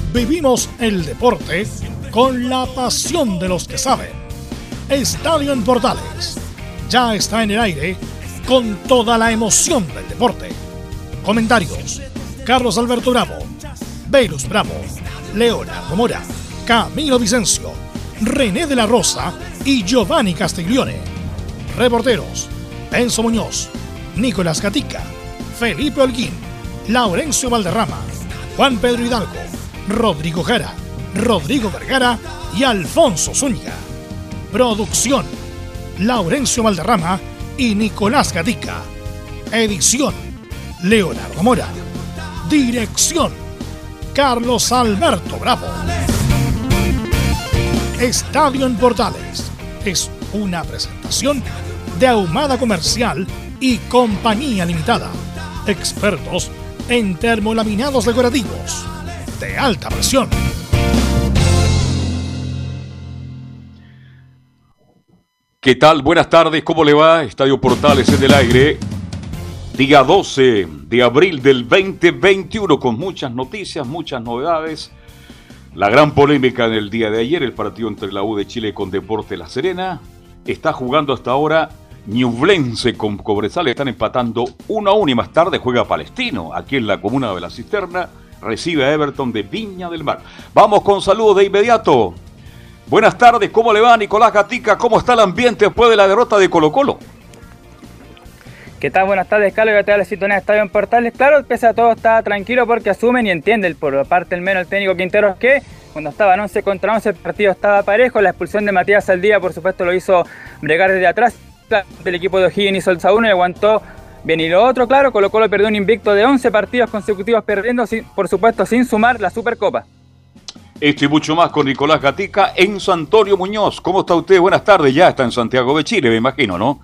Vivimos el deporte con la pasión de los que saben. Estadio en Portales ya está en el aire con toda la emoción del deporte. Comentarios: Carlos Alberto Bravo, Velus Bravo, Leonardo Mora, Camilo Vicencio, René de la Rosa y Giovanni Castiglione. Reporteros: Enzo Muñoz, Nicolás Gatica, Felipe Holguín, Laurencio Valderrama, Juan Pedro Hidalgo, Rodrigo Jara, Rodrigo Vergara y Alfonso Zúñiga. Producción: Laurencio Valderrama y Nicolás Gatica. Edición: Leonardo Mora. Dirección: Carlos Alberto Bravo. Estadio en Portales es una presentación de Ahumada Comercial y Compañía Limitada. Expertos en termolaminados decorativos de alta presión. ¿Qué tal? Buenas tardes, ¿cómo le va? Estadio Portales en el aire. Día 12 de abril del 2021 con muchas noticias, muchas novedades. La gran polémica en el día de ayer, el partido entre la U de Chile con Deportes La Serena. Está jugando hasta ahora Ñublense con Cobresal, están empatando 1-1 y más tarde juega Palestino, aquí en la comuna de La Cisterna, recibe a Everton de Viña del Mar. Vamos con saludos de inmediato. Buenas tardes, ¿cómo le va Nicolás Gatica? ¿Cómo está el ambiente después de la derrota de Colo-Colo? ¿Qué tal? Buenas tardes, Carlos. Yo te hablo de Estadio en Portales. Claro, pese a todo está tranquilo porque asumen y entienden por parte del menos el técnico Quinteros que cuando estaban 11 contra 11 el partido estaba parejo. La expulsión de Matías Saldía, por supuesto, lo hizo bregar desde atrás. El equipo de O'Higgins hizo el 1 y aguantó bien. Y lo otro, claro, Colo-Colo perdió un invicto de 11 partidos consecutivos perdiendo, por supuesto, sin sumar la Supercopa. Esto y mucho más con Nicolás Gatica. Enzo Antonio Muñoz, ¿cómo está usted? Buenas tardes, ya está en Santiago de Chile, me imagino, ¿no?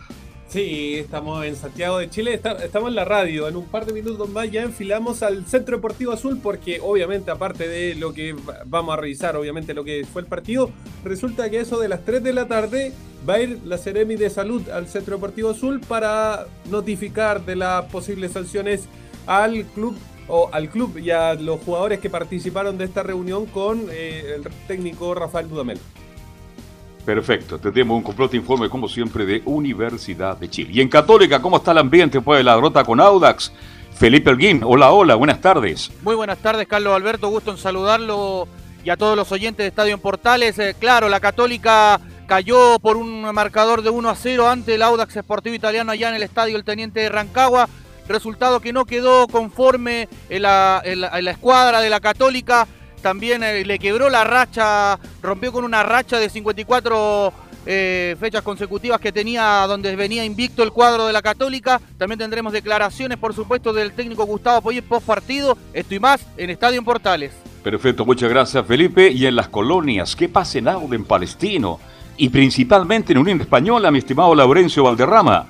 Sí, estamos en Santiago de Chile, estamos en la radio. En un par de minutos más ya enfilamos al Centro Deportivo Azul porque obviamente, aparte de lo que vamos a revisar, obviamente lo que fue el partido, resulta que eso de las 3 de la tarde va a ir la Seremi de Salud al Centro Deportivo Azul para notificar de las posibles sanciones al club y a los jugadores que participaron de esta reunión con el técnico Rafael Dudamel. Perfecto, tendremos un completo informe como siempre de Universidad de Chile. Y en Católica, ¿cómo está el ambiente después de la derrota con Audax? Felipe Holguín, hola, buenas tardes. Muy buenas tardes, Carlos Alberto, gusto en saludarlo y a todos los oyentes de Estadio en Portales. Claro, la Católica cayó por un marcador de 1-0 ante el Audax Sportivo Italiano allá en el estadio El Teniente de Rancagua. Resultado que no quedó conforme en la escuadra de la Católica. También le quebró la racha, rompió con una racha de 54 fechas consecutivas que tenía, donde venía invicto el cuadro de la Católica. También tendremos declaraciones, por supuesto, del técnico Gustavo Poyet post partido. Esto y más en Estadio en Portales. Perfecto, muchas gracias Felipe. Y en las colonias, ¿qué pasa en Auda, en Palestino? Y principalmente en Unión Española, mi estimado Laurencio Valderrama.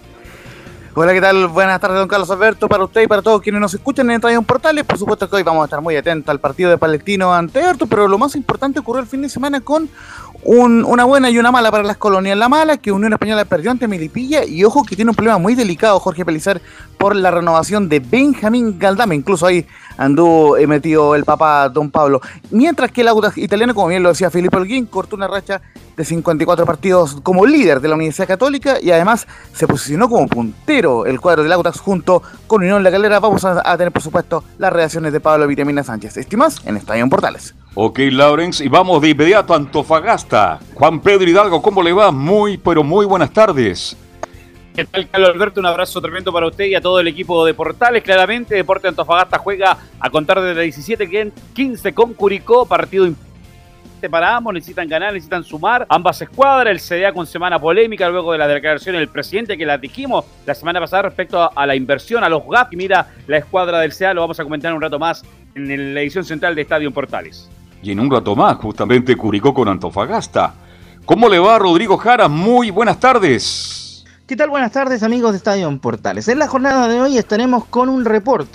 Hola, ¿qué tal? Buenas tardes, don Carlos Alberto, para usted y para todos quienes nos escuchan en Estadio Portales. Por supuesto que hoy vamos a estar muy atentos al partido de Palestino ante Everton, pero lo más importante ocurrió el fin de semana con una buena y una mala para las colonias. La mala, que Unión Española perdió ante Melipilla, y ojo que tiene un problema muy delicado Jorge Pelizar por la renovación de Benjamín Galdame. Incluso ahí anduvo metido el papá don Pablo. Mientras que el Audax italiano, como bien lo decía Felipe Holguín, cortó una racha de 54 partidos como líder de la Universidad Católica y además se posicionó como puntero el cuadro del Audax junto con Unión La Calera. Vamos a tener, por supuesto, las reacciones de Pablo Vitamina Sánchez. Estimas en Estadio Portales. Ok, Laurens, y vamos de inmediato a Antofagasta. Juan Pedro Hidalgo, ¿cómo le va? Muy, pero muy buenas tardes. ¿Qué tal, Carlos Alberto? Un abrazo tremendo para usted y a todo el equipo de Portales. Claramente, Deportes Antofagasta juega a contar desde 17-15 con Curicó, partido importante para ambos, necesitan ganar, necesitan sumar ambas escuadras. El CDA con semana polémica luego de la declaración del presidente que la dijimos la semana pasada respecto a la inversión, a los GAP. Y mira, la escuadra del CDA lo vamos a comentar un rato más en la edición central de Estadio Portales. Y en un rato más, justamente Curicó con Antofagasta. ¿Cómo le va, Rodrigo Jara? Muy buenas tardes. ¿Qué tal? Buenas tardes, amigos de Estadio Portales. En la jornada de hoy estaremos con un reporte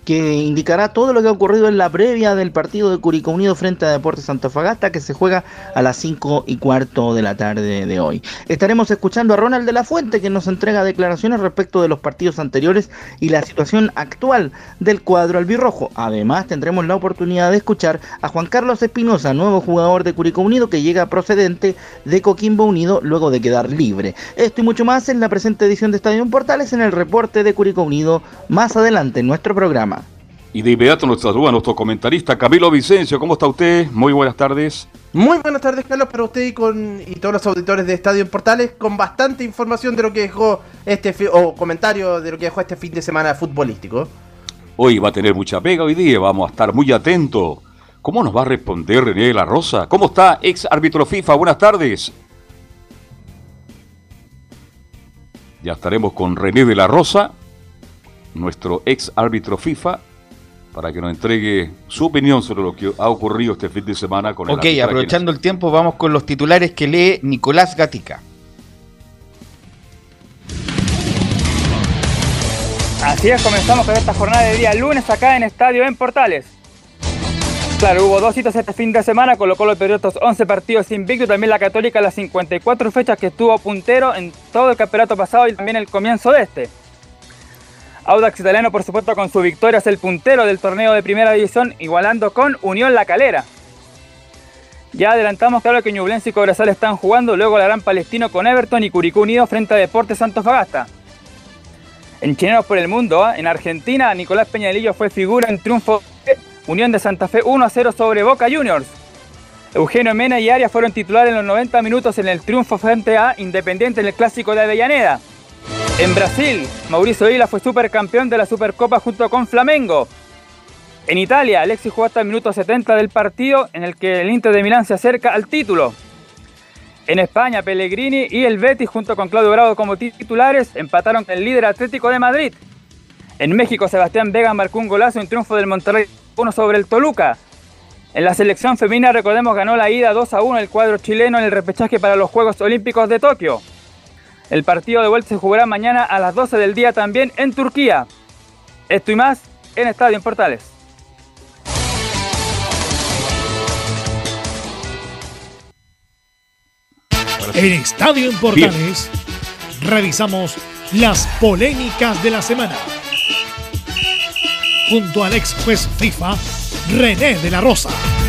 que indicará todo lo que ha ocurrido en la previa del partido de Curicó Unido frente a Deportes Antofagasta, que se juega a las 5:15 de la tarde de hoy. Estaremos escuchando a Ronald de la Fuente, que nos entrega declaraciones respecto de los partidos anteriores y la situación actual del cuadro albirrojo. Además, tendremos la oportunidad de escuchar a Juan Carlos Espinosa, nuevo jugador de Curicó Unido, que llega procedente de Coquimbo Unido luego de quedar libre. Esto y mucho más en la presente edición de Estadio en Portales, en el reporte de Curicó Unido, más adelante en nuestro programa. Y de inmediato nos saluda nuestro comentarista Camilo Vicencio. ¿Cómo está usted? Muy buenas tardes. Muy buenas tardes, Carlos, para usted y todos los auditores de Estadio en Portales, con bastante información de lo que dejó comentario de lo que dejó este fin de semana futbolístico. Hoy va a tener mucha pega hoy día, vamos a estar muy atentos. ¿Cómo nos va a responder René de la Rosa? ¿Cómo está, ex árbitro FIFA? Buenas tardes. Ya estaremos con René de la Rosa, nuestro ex árbitro FIFA, para que nos entregue su opinión sobre lo que ha ocurrido este fin de semana con el arbitraje. Ok, aprovechando el tiempo, vamos con los titulares que lee Nicolás Gatica. Así es, comenzamos con esta jornada de día lunes acá en Estadio en Portales. Claro, hubo 2 hitos este fin de semana, Colo-Colo perdió estos 11 partidos invicto, también la Católica las 54 fechas que estuvo puntero en todo el campeonato pasado y también el comienzo de este. Audax Italiano, por supuesto, con su victoria es el puntero del torneo de primera división, igualando con Unión La Calera. Ya adelantamos, claro, que Ñublense y Cobresal están jugando, luego la Gran Palestino con Everton y Curicó Unido frente a Deportes Antofagasta. En Chilenos por el Mundo, en Argentina, Nicolás Peñalillo fue figura en triunfo de Unión de Santa Fe 1-0 sobre Boca Juniors. Eugenio Mena y Arias fueron titulares en los 90 minutos en el triunfo frente a Independiente en el Clásico de Avellaneda. En Brasil, Mauricio Isla fue supercampeón de la Supercopa junto con Flamengo. En Italia, Alexis jugó hasta el minuto 70 del partido en el que el Inter de Milán se acerca al título. En España, Pellegrini y el Betis junto con Claudio Bravo como titulares empataron con el líder Atlético de Madrid. En México, Sebastián Vega marcó un golazo en triunfo del Monterrey 1 sobre el Toluca. En la selección femenina, recordemos, ganó la ida 2-1 el cuadro chileno en el repechaje para los Juegos Olímpicos de Tokio. El partido de vuelta se jugará mañana a las 12 del día también en Turquía. Esto y más en Estadio en Portales. En Estadio en Portales revisamos las polémicas de la semana. Junto al ex juez FIFA, René de la Rosa.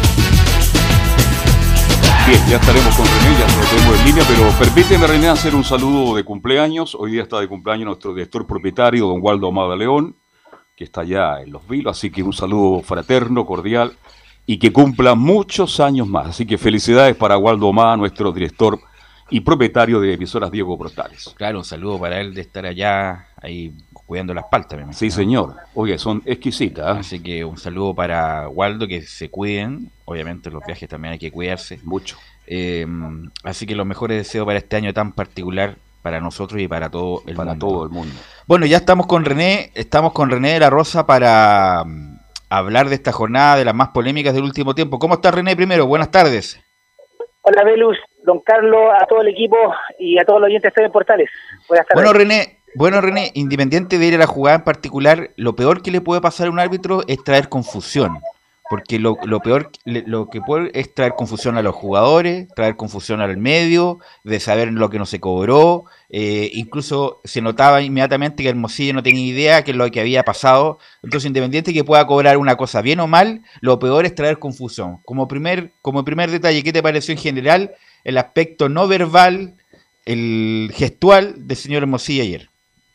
Bien, ya estaremos con René, ya lo tenemos en línea, pero permíteme, René, hacer un saludo de cumpleaños. Hoy día está de cumpleaños nuestro director propietario, don Waldo Amada León, que está allá en Los Vilos, así que un saludo fraterno, cordial, y que cumpla muchos años más. Así que felicidades para Waldo Amada, nuestro director y propietario de emisoras Diego Portales. Claro, un saludo para él de estar allá, ahí cuidando las paltas. Sí, señor. Oye, son exquisitas. Así que un saludo para Waldo, que se cuiden. Obviamente los viajes también hay que cuidarse. Mucho. Así que los mejores deseos para este año tan particular para nosotros y para todo el mundo. Para todo el mundo. Bueno, ya estamos con René de la Rosa para hablar de esta jornada, de las más polémicas del último tiempo. ¿Cómo está René primero? Buenas tardes. Hola, Velus, don Carlos, a todo el equipo y a todos los oyentes de Estadio Portales. Buenas tardes. Bueno, René, independiente de ir a la jugada en particular, lo peor que le puede pasar a un árbitro es traer confusión. Porque lo que puede es traer confusión a los jugadores, traer confusión al medio, de saber lo que no se cobró. Incluso se notaba inmediatamente que Hermosillo no tenía idea de lo que había pasado. Entonces, independiente que pueda cobrar una cosa bien o mal, lo peor es traer confusión. Como primer detalle, ¿qué te pareció en general el aspecto no verbal, el gestual del señor Hermosillo ayer?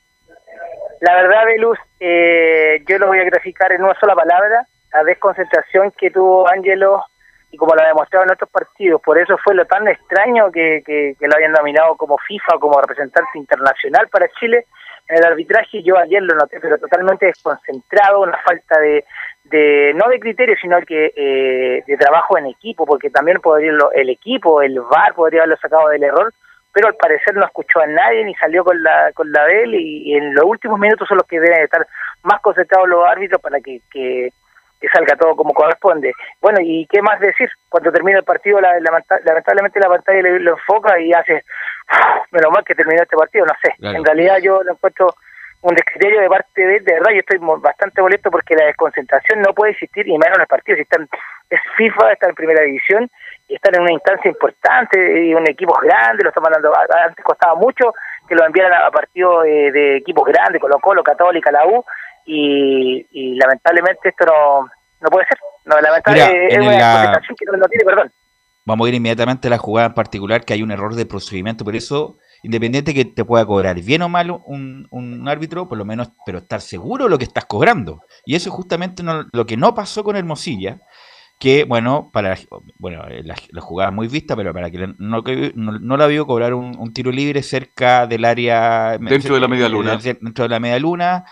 La verdad, Velus, yo lo voy a graficar en una sola palabra: la desconcentración que tuvo Ángelo, y como lo ha demostrado en otros partidos. Por eso fue lo tan extraño que lo hayan nominado como FIFA, como representante internacional para Chile en el arbitraje. Yo ayer lo noté, pero totalmente desconcentrado, una falta no de criterio, sino que de trabajo en equipo, porque también podría el equipo, el VAR podría haberlo sacado del error, pero al parecer no escuchó a nadie ni salió con la de él, y en los últimos minutos son los que deben estar más concentrados los árbitros para que salga todo como corresponde. Bueno, y qué más decir, cuando termina el partido lamentablemente la pantalla lo enfoca y hace menos mal que terminó este partido, no sé. Claro. En realidad yo lo encuentro un descriterio de parte de él. De verdad, yo estoy bastante molesto porque la desconcentración no puede existir, y menos en los partidos. Si están, es FIFA, están en primera división, y están en una instancia importante, y un equipo grande, lo están mandando. Antes costaba mucho que lo enviaran a partidos de equipos grandes, Colo-Colo, Católica, la U, y lamentablemente esto no puede ser. No, lamentablemente es una desconcentración que no tiene perdón. Vamos a ir inmediatamente a la jugada en particular, que hay un error de procedimiento, por eso, independiente que te pueda cobrar bien o mal un árbitro, por lo menos, pero estar seguro de lo que estás cobrando. Y eso es justamente lo que no pasó con Hermosilla, que, bueno, la jugada muy vista, pero para que no la vio cobrar un tiro libre cerca del área... Dentro de la media luna. Dentro de la media luna.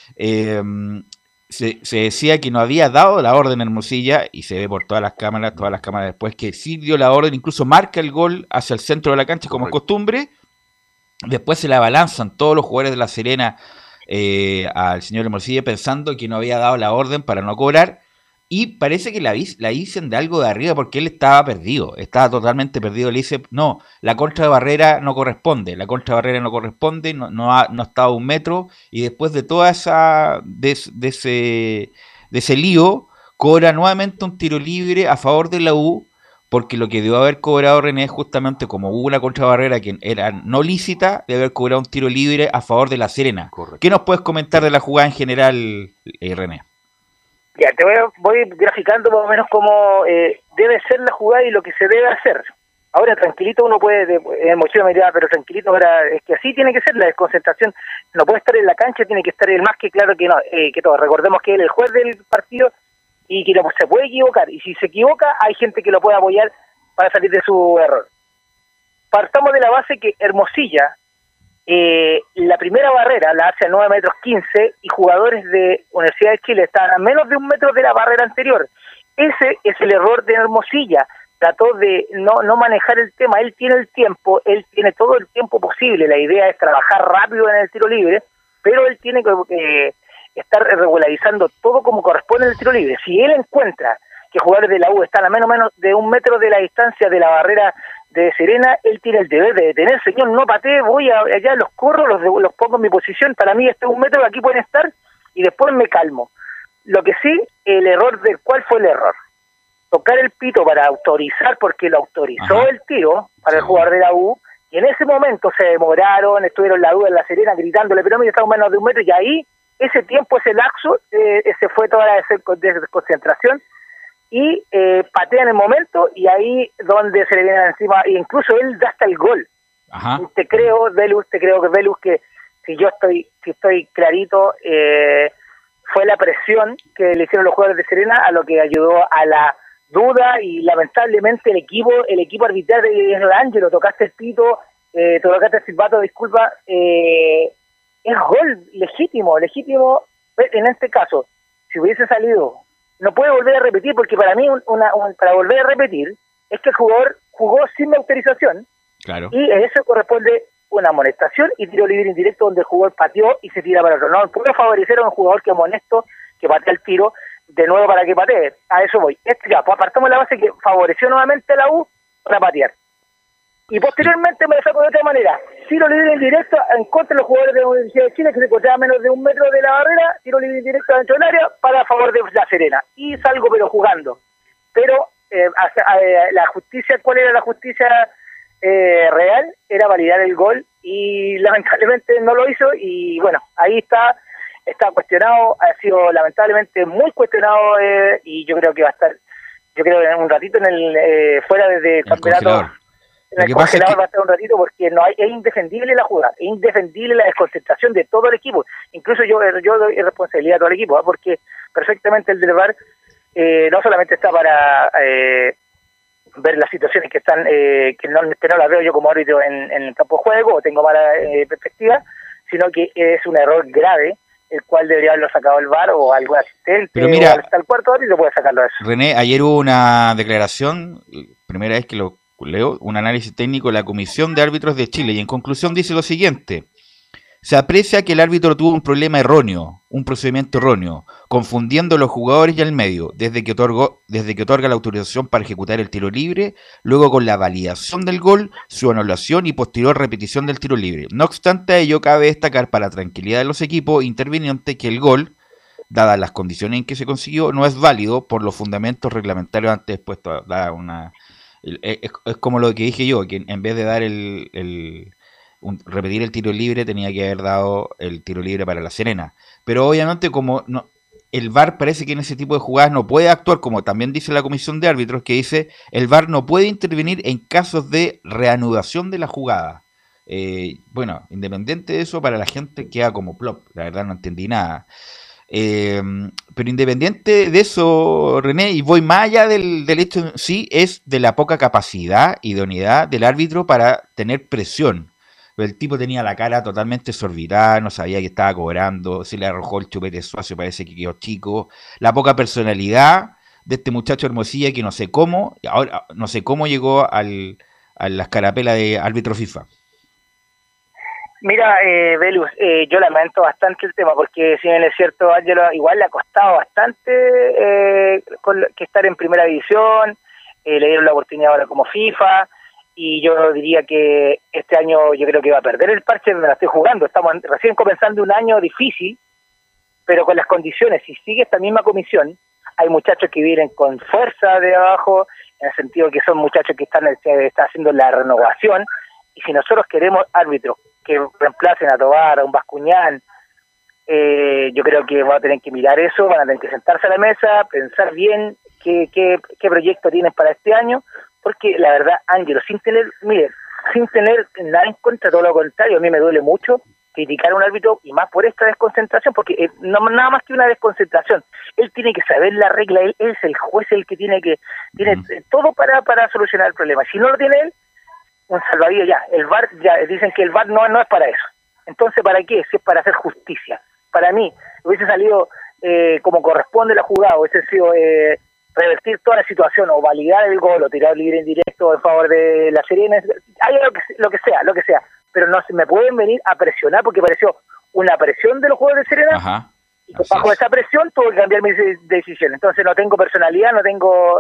Se decía que no había dado la orden Hermosilla, y se ve por todas las cámaras después que sí dio la orden, incluso marca el gol hacia el centro de la cancha como es costumbre. Después se le abalanzan todos los jugadores de La Serena al señor Hermosilla pensando que no había dado la orden para no cobrar, y parece que la dicen de algo de arriba porque él estaba perdido, estaba totalmente perdido. Le dice, no, la contra de barrera no corresponde, no ha estado a 1 metro, y después de toda de ese lío, cobra nuevamente un tiro libre a favor de la U, porque lo que debió haber cobrado René es justamente, como hubo una contrabarrera que era no lícita, debe haber cobrado un tiro libre a favor de La Serena. Correcto. ¿Qué nos puedes comentar de la jugada en general, René? Ya, voy graficando más o menos cómo debe ser la jugada y lo que se debe hacer. Ahora, tranquilito, uno puede, emoción me dirá, pero tranquilito, ahora es que así tiene que ser la desconcentración. No puede estar en la cancha, tiene que estar el más que claro que no, que todo. Recordemos que él es el juez del partido y que no se puede equivocar. Y si se equivoca, hay gente que lo puede apoyar para salir de su error. Partamos de la base que Hermosilla, la primera barrera la hace a 9 metros 15 y jugadores de Universidad de Chile estaban a menos de 1 metro de la barrera anterior. Ese es el error de Hermosilla. Trató de no manejar el tema. Él tiene el tiempo, él tiene todo el tiempo posible. La idea es trabajar rápido en el tiro libre, pero él tiene que estar regularizando todo como corresponde en el tiro libre. Si él encuentra que jugadores de la U están a menos de 1 metro de la distancia de la barrera de Serena, él tiene el deber de detener. Señor, no patee, voy allá, los corro, los pongo en mi posición, para mí este 1 metro, aquí pueden estar, y después me calmo. Lo que sí, el error ¿cuál fue el error? Tocar el pito para autorizar, porque lo autorizó el tiro para el jugador de la U, y en ese momento se demoraron, estuvieron la duda en La Serena gritándole, pero mira, estamos menos de 1 metro, y ahí, ese tiempo, ese lapso, se fue toda la desconcentración, y patea en el momento, y ahí donde se le viene encima, e incluso él da hasta el gol. Ajá. Te creo, Velus, que si estoy clarito, fue la presión que le hicieron los jugadores de Serena a lo que ayudó a la duda, y lamentablemente el equipo arbitral de Ángelo, tocaste el pito, tocaste el silbato, disculpa, es gol legítimo, en este caso, si hubiese salido, no puede volver a repetir, porque para mí para volver a repetir es que el jugador jugó sin autorización. Claro. Y a eso corresponde una amonestación y tiro libre indirecto donde el jugador pateó y se tira para otro. No puede favorecer a un jugador que amonesto, que patea el tiro de nuevo para que patee. A eso voy. Ya, pues apartamos la base que favoreció nuevamente a la U para patear. Y posteriormente me lo saco de otra manera. Tiro libre indirecto en contra de los jugadores de la Universidad de Chile, que se encontraban a menos de 1 metro de la barrera. Tiro libre indirecto dentro del área para favor de La Serena. Y salgo pero jugando. Pero la justicia, ¿cuál era la justicia real? Era validar el gol, y lamentablemente no lo hizo. Y bueno, ahí está cuestionado, ha sido lamentablemente muy cuestionado, y yo creo que va a estar, en un ratito fuera desde el campeonato. En el congelador va a estar un ratito, porque es indefendible la jugada, es indefendible la desconcentración de todo el equipo. Incluso yo doy responsabilidad a todo el equipo, porque perfectamente el del VAR no solamente está para ver las situaciones que están, que no las veo yo como árbitro en el campo de juego, o tengo mala perspectiva, sino que es un error grave, el cual debería haberlo sacado el VAR o algún asistente. Pero mira, o hasta el cuarto árbitro puede sacarlo de eso. René, ayer hubo una declaración, primera vez que lo leo, un análisis técnico de la Comisión de Árbitros de Chile, y en conclusión dice lo siguiente: se aprecia que el árbitro tuvo un problema erróneo, un procedimiento erróneo, confundiendo a los jugadores y al medio, desde que otorga la autorización para ejecutar el tiro libre, luego con la validación del gol, su anulación y posterior repetición del tiro libre. No obstante a ello, cabe destacar para la tranquilidad de los equipos intervinientes que el gol, dadas las condiciones en que se consiguió, no es válido por los fundamentos reglamentarios antes expuestos. Es como lo que dije yo, que en vez de dar repetir el tiro libre, tenía que haber dado el tiro libre para La Serena. Pero obviamente como no, el VAR parece que en ese tipo de jugadas no puede actuar, como también dice la comisión de árbitros, que dice el VAR no puede intervenir en casos de reanudación de la jugada. Bueno, independiente de eso, para la gente queda como plop, la verdad no entendí nada. Pero independiente de eso, René, y voy más allá del hecho en sí, es de la poca capacidad, idoneidad del árbitro para tener presión. El tipo tenía la cara totalmente desorbitada, no sabía que estaba cobrando, se le arrojó el chupete suazo, parece que quedó chico. La poca personalidad de este muchacho Hermosilla, que no sé cómo llegó a la escarapela de árbitro FIFA. Mira, Velus, yo lamento bastante el tema, porque si bien es cierto, a Ángelo igual le ha costado bastante que estar en primera división, le dieron la oportunidad ahora como FIFA, y yo diría que este año yo creo que va a perder el parche donde la estoy jugando. Estamos recién comenzando un año difícil, pero con las condiciones, si sigue esta misma comisión, hay muchachos que vienen con fuerza de abajo, en el sentido que son muchachos que están haciendo la renovación, y si nosotros queremos árbitros que reemplacen a Tobar, a un Bascuñán, yo creo que van a tener que mirar eso, van a tener que sentarse a la mesa, pensar bien qué proyecto tienen para este año, porque la verdad, Ángelo, sin tener nada en contra, todo lo contrario, a mí me duele mucho criticar a un árbitro, y más por esta desconcentración, porque no nada más que una desconcentración, él tiene que saber la regla, él es el juez, el que tiene todo para solucionar el problema. Si no lo tiene él, un salvavidas ya. El VAR, ya dicen que el VAR no es para eso. Entonces, ¿para qué? Si es para hacer justicia. Para mí, hubiese salido como corresponde la jugada, hubiese sido revertir toda la situación, o validar el gol, o tirar libre indirecto en favor de La Serena, hay lo que sea, pero no se me pueden venir a presionar, porque pareció una presión de los jugadores de Serena. Ajá. Y bajo esa presión tuve que cambiar mis decisiones. Entonces no tengo personalidad, no tengo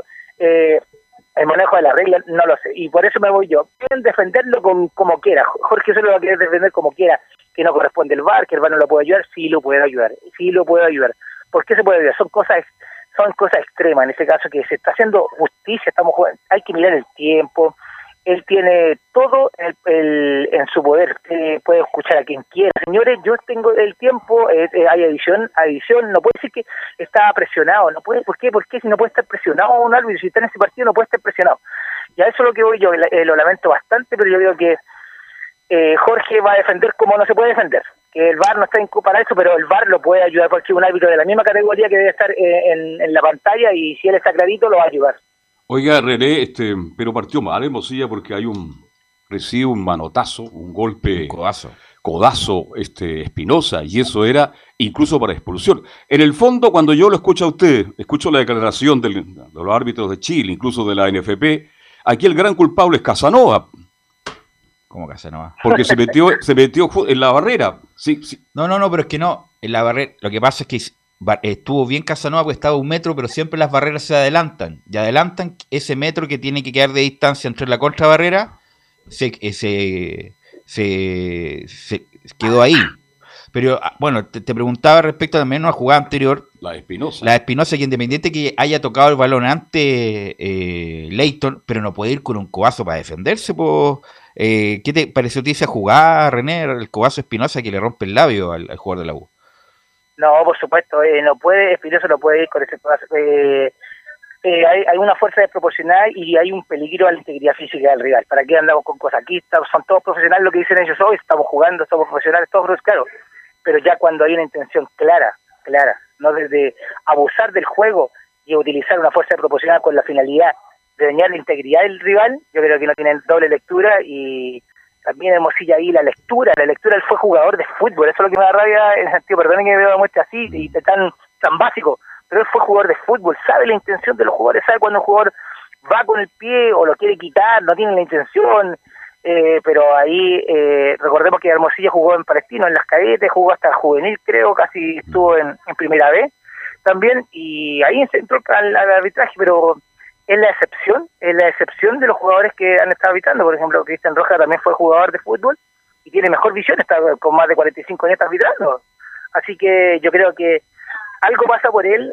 el manejo de la regla, no lo sé, y por eso me voy yo. Quieren defenderlo como quiera. Jorge solo lo quiere defender como quiera, que no corresponde el VAR, que el VAR no lo puede ayudar. Sí lo puede ayudar. ¿Por qué se puede ayudar? Son cosas extremas, en este caso, que se está haciendo justicia, estamos jugando, hay que mirar el tiempo. Él tiene todo en su poder, puede escuchar a quien quiera. Señores, yo tengo el tiempo, hay adición, no puede decir que está presionado, no puede. ¿Por qué? Porque si no puede estar presionado un árbitro, si está en ese partido no puede estar presionado. Y a eso es lo que voy yo, lo lamento bastante, pero yo creo que Jorge va a defender como no se puede defender. Que el VAR no está para eso, pero el VAR lo puede ayudar, porque un árbitro de la misma categoría que debe estar en la pantalla, y si él está clarito, lo va a ayudar. Oiga, René, pero partió mal Hermosilla porque recibe un manotazo, un golpe, codazo, Espinosa, y eso era incluso para expulsión. En el fondo, cuando yo lo escucho a usted, escucho la declaración de los árbitros de Chile, incluso de la NFP, aquí el gran culpable es Casanova. ¿Cómo Casanova? Porque se metió en la barrera. Sí. No, pero es que no, en la barrera, lo que pasa es que estuvo bien Casanova porque estaba a 1 metro, pero siempre las barreras se adelantan ese metro que tiene que quedar de distancia entre la contrabarrera, se quedó ahí. Pero bueno, te preguntaba respecto también a una jugada anterior, la de Espinosa, que independiente que haya tocado el balón antes Leighton, pero no puede ir con un codazo para defenderse. ¿Qué te pareció a ti esa jugada, René, el codazo Espinosa que le rompe el labio al jugador de la U? No, por supuesto, Espinosa no puede ir con ese codazo. Hay una fuerza desproporcionada y hay un peligro a la integridad física del rival. ¿Para qué andamos con cosas? Aquí son todos profesionales, lo que dicen ellos hoy, estamos jugando, somos profesionales, todos, claro, pero ya cuando hay una intención clara, no desde abusar del juego y utilizar una fuerza desproporcionada con la finalidad de dañar la integridad del rival, yo creo que no tienen doble lectura. Y también Hermosilla ahí la lectura, él fue jugador de fútbol, eso es lo que me da rabia, en el sentido, perdonen que me lo muestre así y tan básico, pero él fue jugador de fútbol, sabe la intención de los jugadores, sabe cuando un jugador va con el pie o lo quiere quitar, no tiene la intención, pero ahí recordemos que Hermosilla jugó en Palestino, en las cadetes, jugó hasta juvenil, creo, casi estuvo en primera B también, y ahí se entró al arbitraje, pero es la excepción de los jugadores que han estado arbitrando. Por ejemplo, Cristian Rojas también fue jugador de fútbol y tiene mejor visión, está con más de 45 años arbitrando. Así que yo creo que algo pasa por él,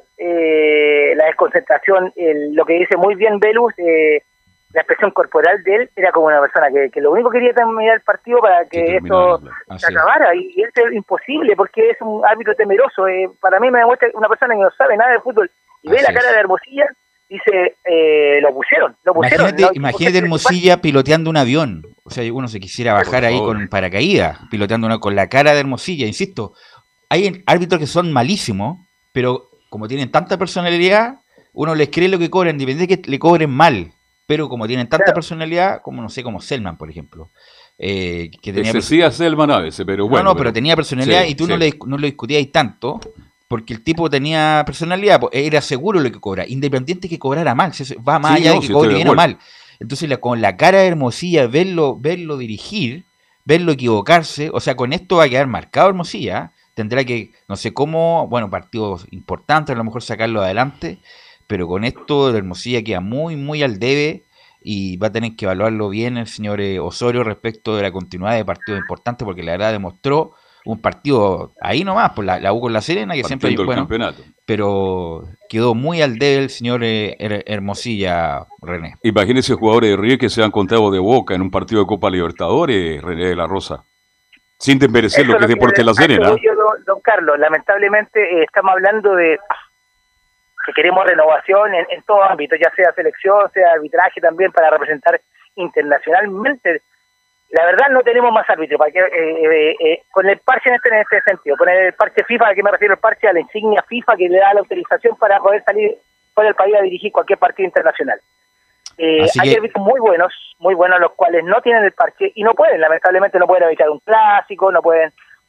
la desconcentración, lo que dice muy bien Velus, la expresión corporal de él era como una persona que lo único que quería terminar el partido para que esto se acabara, y esto es imposible porque es un árbitro temeroso. Para mí me demuestra una persona que no sabe nada de fútbol y ve la cara de Hermosilla, dice, lo pusieron. Imagínate Hermosilla piloteando un avión, o sea, uno se quisiera bajar ahí con paracaídas, piloteando con la cara de Hermosilla, insisto, hay árbitros que son malísimos, pero como tienen tanta personalidad, uno les cree lo que cobran, independientemente de que le cobren mal. Pero como tienen tanta personalidad, como no sé, como Selman, por ejemplo. Que tenía sí a Selman a veces, pero bueno. No, pero tenía personalidad y tú no lo discutías tanto, porque el tipo tenía personalidad, era seguro lo que cobra, independiente que cobrara mal, va más allá de que cobre bien o mal. Entonces, con la cara de Hermosilla, verlo dirigir, verlo equivocarse, o sea, con esto va a quedar marcado Hermosilla, tendrá que, no sé cómo, bueno, partidos importantes, a lo mejor sacarlo adelante, pero con esto de Hermosilla queda muy, muy al debe y va a tener que evaluarlo bien el señor Osorio respecto de la continuidad de partidos importantes, porque la verdad demostró un partido ahí nomás, por la U con La Serena, que siempre hay bueno, pero quedó muy al debe el señor Hermosilla, René. Imagínense jugadores de River que se han contado de boca en un partido de Copa Libertadores, René de la Rosa, sin desmerecer lo que es Deportes La Serena. Don Carlos, lamentablemente estamos hablando de que queremos renovación en todo ámbito, ya sea selección, sea arbitraje también, para representar internacionalmente. La verdad no tenemos más árbitros, con el parche en este sentido, con el parche FIFA, ¿a qué me refiero? El parche a la insignia FIFA que le da la autorización para poder salir fuera del país a dirigir cualquier partido internacional. Hay árbitros muy buenos, los cuales no tienen el parche y no pueden, lamentablemente no pueden arbitrar un clásico, no pueden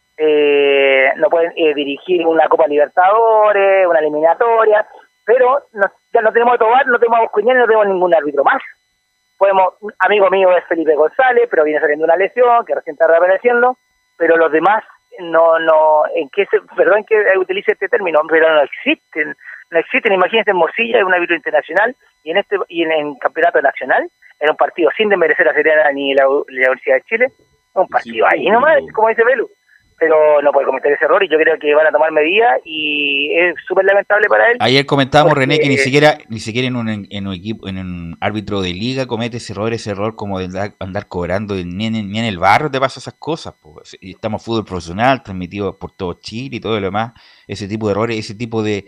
dirigir una Copa Libertadores, una eliminatoria, pero ya no tenemos a Tobar, no tenemos a Buscuñán y no tenemos ningún árbitro más. Amigo mío es Felipe González, pero viene saliendo una lesión, que recién está reapareciendo, pero los demás perdón que utilice este término, pero no existen, imagínense Hermosilla es un árbitro internacional y en campeonato nacional, en un partido sin desmerecer a Serena ni la Universidad de Chile, un partido ahí nomás, como dice Belu, pero no puede cometer ese error y yo creo que van a tomar medidas y es súper lamentable para él. Ayer comentábamos, René, que ni siquiera en un equipo, en un árbitro de liga comete ese error como de andar cobrando, ni en el barrio te pasa esas cosas, pues. Estamos fútbol profesional, transmitido por todo Chile y todo lo demás, ese tipo de errores, ese tipo de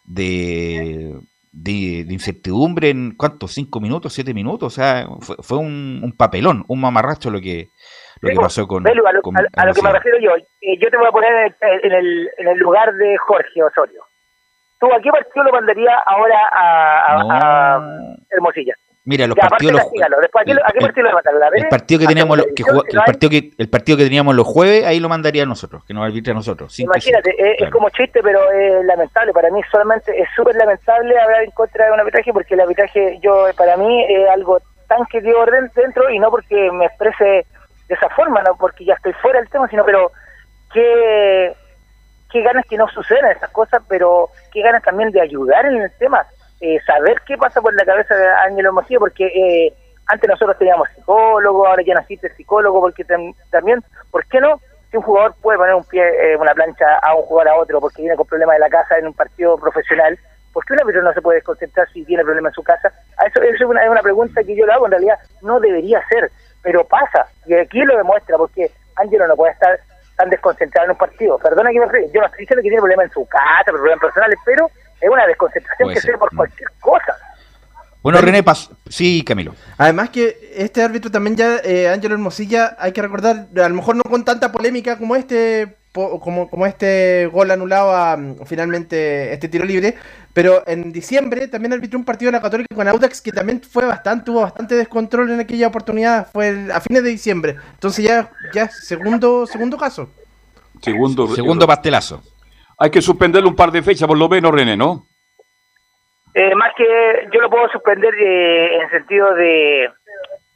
incertidumbre en ¿cuántos? 5 minutos, 7 minutos, o sea, fue un papelón, un mamarracho lo que pasó con... Belu, a lo que me refiero yo te voy a poner en el lugar de Jorge Osorio. ¿Tú a qué partido lo mandaría ahora a Hermosilla? Mira, los partidos... ¿A qué partido lo mandaría? El partido que teníamos el partido que teníamos los jueves, ahí lo mandaría a nosotros, que nos arbitre a nosotros. Imagínate, es como chiste, pero es lamentable. Para mí solamente es súper lamentable hablar en contra de un arbitraje, porque el arbitraje para mí es algo tan que llevo dentro, y no porque me exprese de esa forma, no porque ya estoy fuera del tema, sino pero qué ganas que no sucedan esas cosas, pero qué ganas también de ayudar en el tema, saber qué pasa por la cabeza de Ángelo Hermosilla, porque antes nosotros teníamos psicólogo, ahora ya no existe psicólogo, porque también, ¿por qué no? Si un jugador puede poner un pie, una plancha a un jugador a otro porque viene con problemas de la casa en un partido profesional, ¿por qué un árbitro no se puede desconcentrar si tiene problemas en su casa? Eso es una pregunta que yo le hago, en realidad no debería ser, pero pasa, y aquí lo demuestra, porque Ángelo no puede estar tan desconcentrado en un partido. Perdona que me ríe, yo no estoy diciendo que tiene problemas en su casa, problemas personales, pero es una desconcentración que se ve por cualquier cosa. Bueno, René, sí, Camilo. Además que este árbitro también ya, Ángelo Hermosilla, hay que recordar, a lo mejor no con tanta polémica como como este gol anulado finalmente este tiro libre, pero en diciembre también arbitró un partido de la Católica con Audax que también tuvo bastante descontrol en aquella oportunidad, fue a fines de diciembre, entonces ya segundo caso. Segundo pastelazo. Hay que suspenderle un par de fechas por lo menos, René, ¿no? Más que yo lo puedo suspender en el sentido de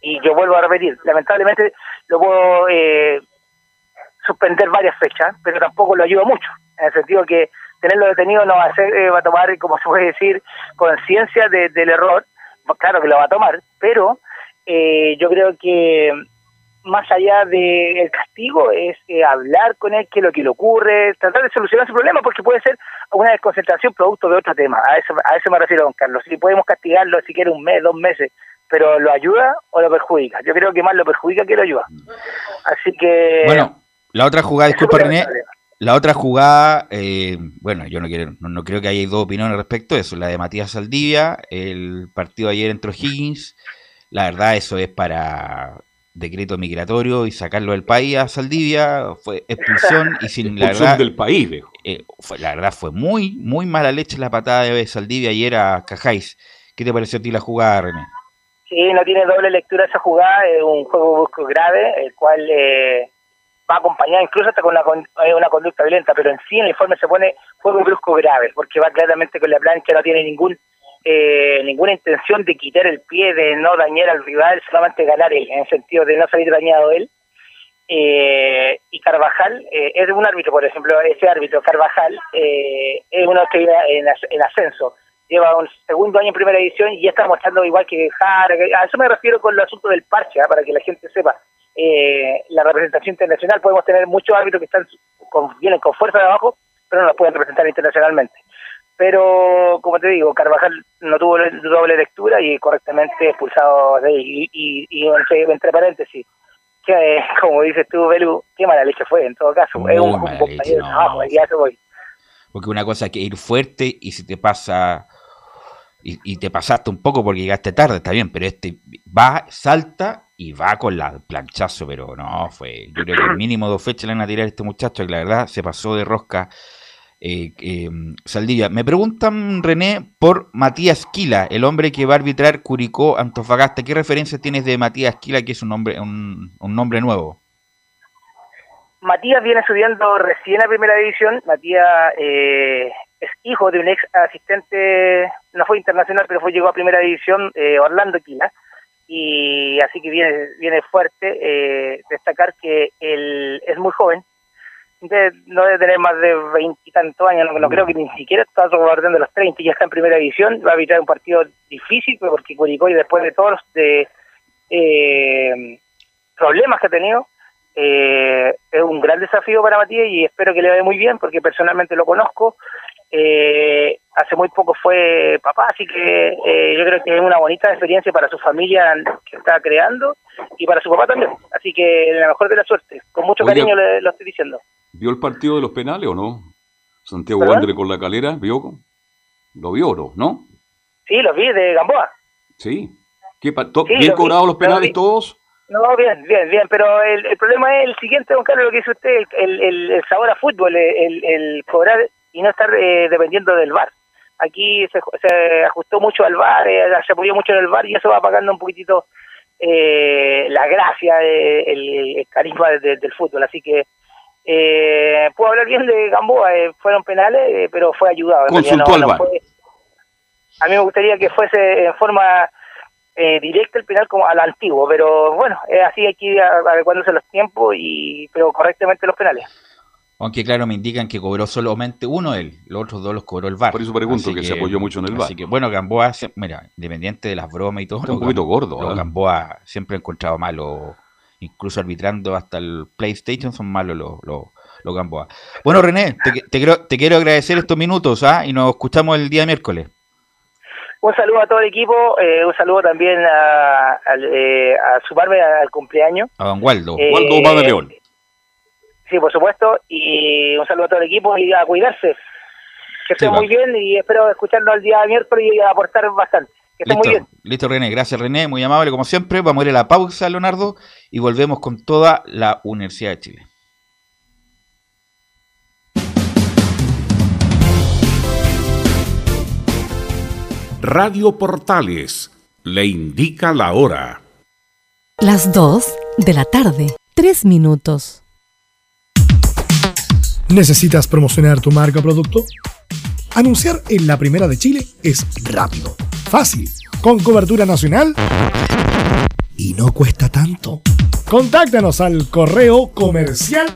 Y yo vuelvo a repetir, lamentablemente lo puedo suspender varias fechas, pero tampoco lo ayuda mucho, en el sentido que tenerlo detenido no va a tomar, como se puede decir, conciencia del error. Claro que lo va a tomar, pero yo creo que más allá del castigo es hablar con él, qué es lo que le ocurre, tratar de solucionar su problema, porque puede ser una desconcentración producto de otro tema. A eso me refiero, don Carlos. Si podemos castigarlo si quiere 1 mes, 2 meses, pero ¿lo ayuda o lo perjudica? Yo creo que más lo perjudica que lo ayuda. Así que... Bueno, la otra jugada, disculpa René, la otra jugada, bueno, yo no creo que haya dos opiniones respecto a eso, la de Matías Saldivia, el partido de ayer entró Higgins, la verdad eso es para decreto migratorio y sacarlo del país a Saldivia, fue expulsión y sin la verdad del país, la verdad fue muy mala leche la patada de Saldivia ayer a Cajáis. ¿Qué te pareció a ti la jugada, René? Sí, no tiene doble lectura esa jugada, es un juego brusco grave, el cual va acompañada incluso hasta con una conducta violenta, pero en sí en el informe se pone juego brusco grave, porque va claramente con la plancha, no tiene ninguna intención de quitar el pie, de no dañar al rival, solamente ganar él, en el sentido de no salir dañado él. Y Carvajal es un árbitro, por ejemplo, ese árbitro Carvajal es uno que vive en ascenso, lleva un segundo año en primera división y ya está mostrando igual que Jara. A eso me refiero con el asunto del parche, para que la gente sepa. La representación internacional, podemos tener muchos árbitros que vienen con fuerza de abajo, pero no los pueden representar internacionalmente. Pero, como te digo, Carvajal no tuvo doble lectura y correctamente expulsado de ahí. Y entre paréntesis, que, como dices tú, Belu, qué mala leche fue, en todo caso. Es un compañero de trabajo, y a eso voy. Porque una cosa es que ir fuerte y si te pasa... Y te pasaste un poco porque llegaste tarde, está bien, pero va, salta y va con la planchazo, pero no, yo creo que el mínimo 2 fechas le van a tirar a este muchacho, que la verdad se pasó de rosca. Saldivia. Me preguntan, René, por Matías Quila, el hombre que va a arbitrar Curicó Antofagasta. ¿Qué referencias tienes de Matías Quila, que es un nombre nuevo? Matías viene subiendo recién a primera división. Matías es hijo de un ex asistente, no fue internacional, pero llegó a primera división, Orlando Quila, y así que viene fuerte. Destacar que él es muy joven, no debe tener más de 20 y tantos años, no creo que ni siquiera está rebordando los 30, ya está en primera división, va a arbitrar un partido difícil, porque Curicó, y después de todos los problemas que ha tenido, es un gran desafío para Matías y espero que le vaya muy bien, porque personalmente lo conozco. Hace muy poco fue papá, así que yo creo que es una bonita experiencia para su familia que está creando y para su papá también, así que la mejor de la suerte, con mucho cariño lo estoy diciendo. ¿Vio el partido de los penales o no? Santiago Wander con La Calera, ¿lo vio no? Sí, los vi, de Gamboa. Sí. ¿Bien cobrados los penales todos? No, bien, pero el problema es el siguiente, don Carlos, lo que dice usted, el sabor a fútbol, el cobrar y no estar dependiendo del VAR. Aquí se ajustó mucho al VAR, se apoyó mucho en el VAR y eso va apagando un poquitito la gracia, el carisma del fútbol. Así que puedo hablar bien de Gamboa, fueron penales, pero fue ayudado. Consultó al VAR. A mí me gustaría que fuese en forma directa el penal como al antiguo, pero bueno, es así, aquí adecuándose los tiempos, pero correctamente los penales. Aunque claro, me indican que cobró solamente uno él, los otros 2 los cobró el VAR. Por eso pregunto, que se apoyó mucho en el VAR. Así que bueno, Gamboa, mira, independiente de las bromas y todo, está un poquito gordo. Gamboa siempre he encontrado malo, incluso arbitrando hasta el PlayStation son malos los Gamboa. Bueno, René, te quiero agradecer estos minutos, y nos escuchamos el día miércoles. Un saludo a todo el equipo, un saludo también a sumarme al cumpleaños. A don Waldo. Waldo Más de León. Sí, por supuesto, y un saludo a todo el equipo y a cuidarse. Que estén muy bien y espero escucharlo el día miércoles y aportar bastante. Que estén muy bien. Listo, René. Gracias, René. Muy amable, como siempre. Vamos a ir a la pausa, Leonardo, y volvemos con toda la Universidad de Chile. Radio Portales le indica la hora. Las 2 de la tarde, 3 minutos. ¿Necesitas promocionar tu marca o producto? Anunciar en la Primera de Chile es rápido, fácil, con cobertura nacional y no cuesta tanto. Contáctanos al correo comercial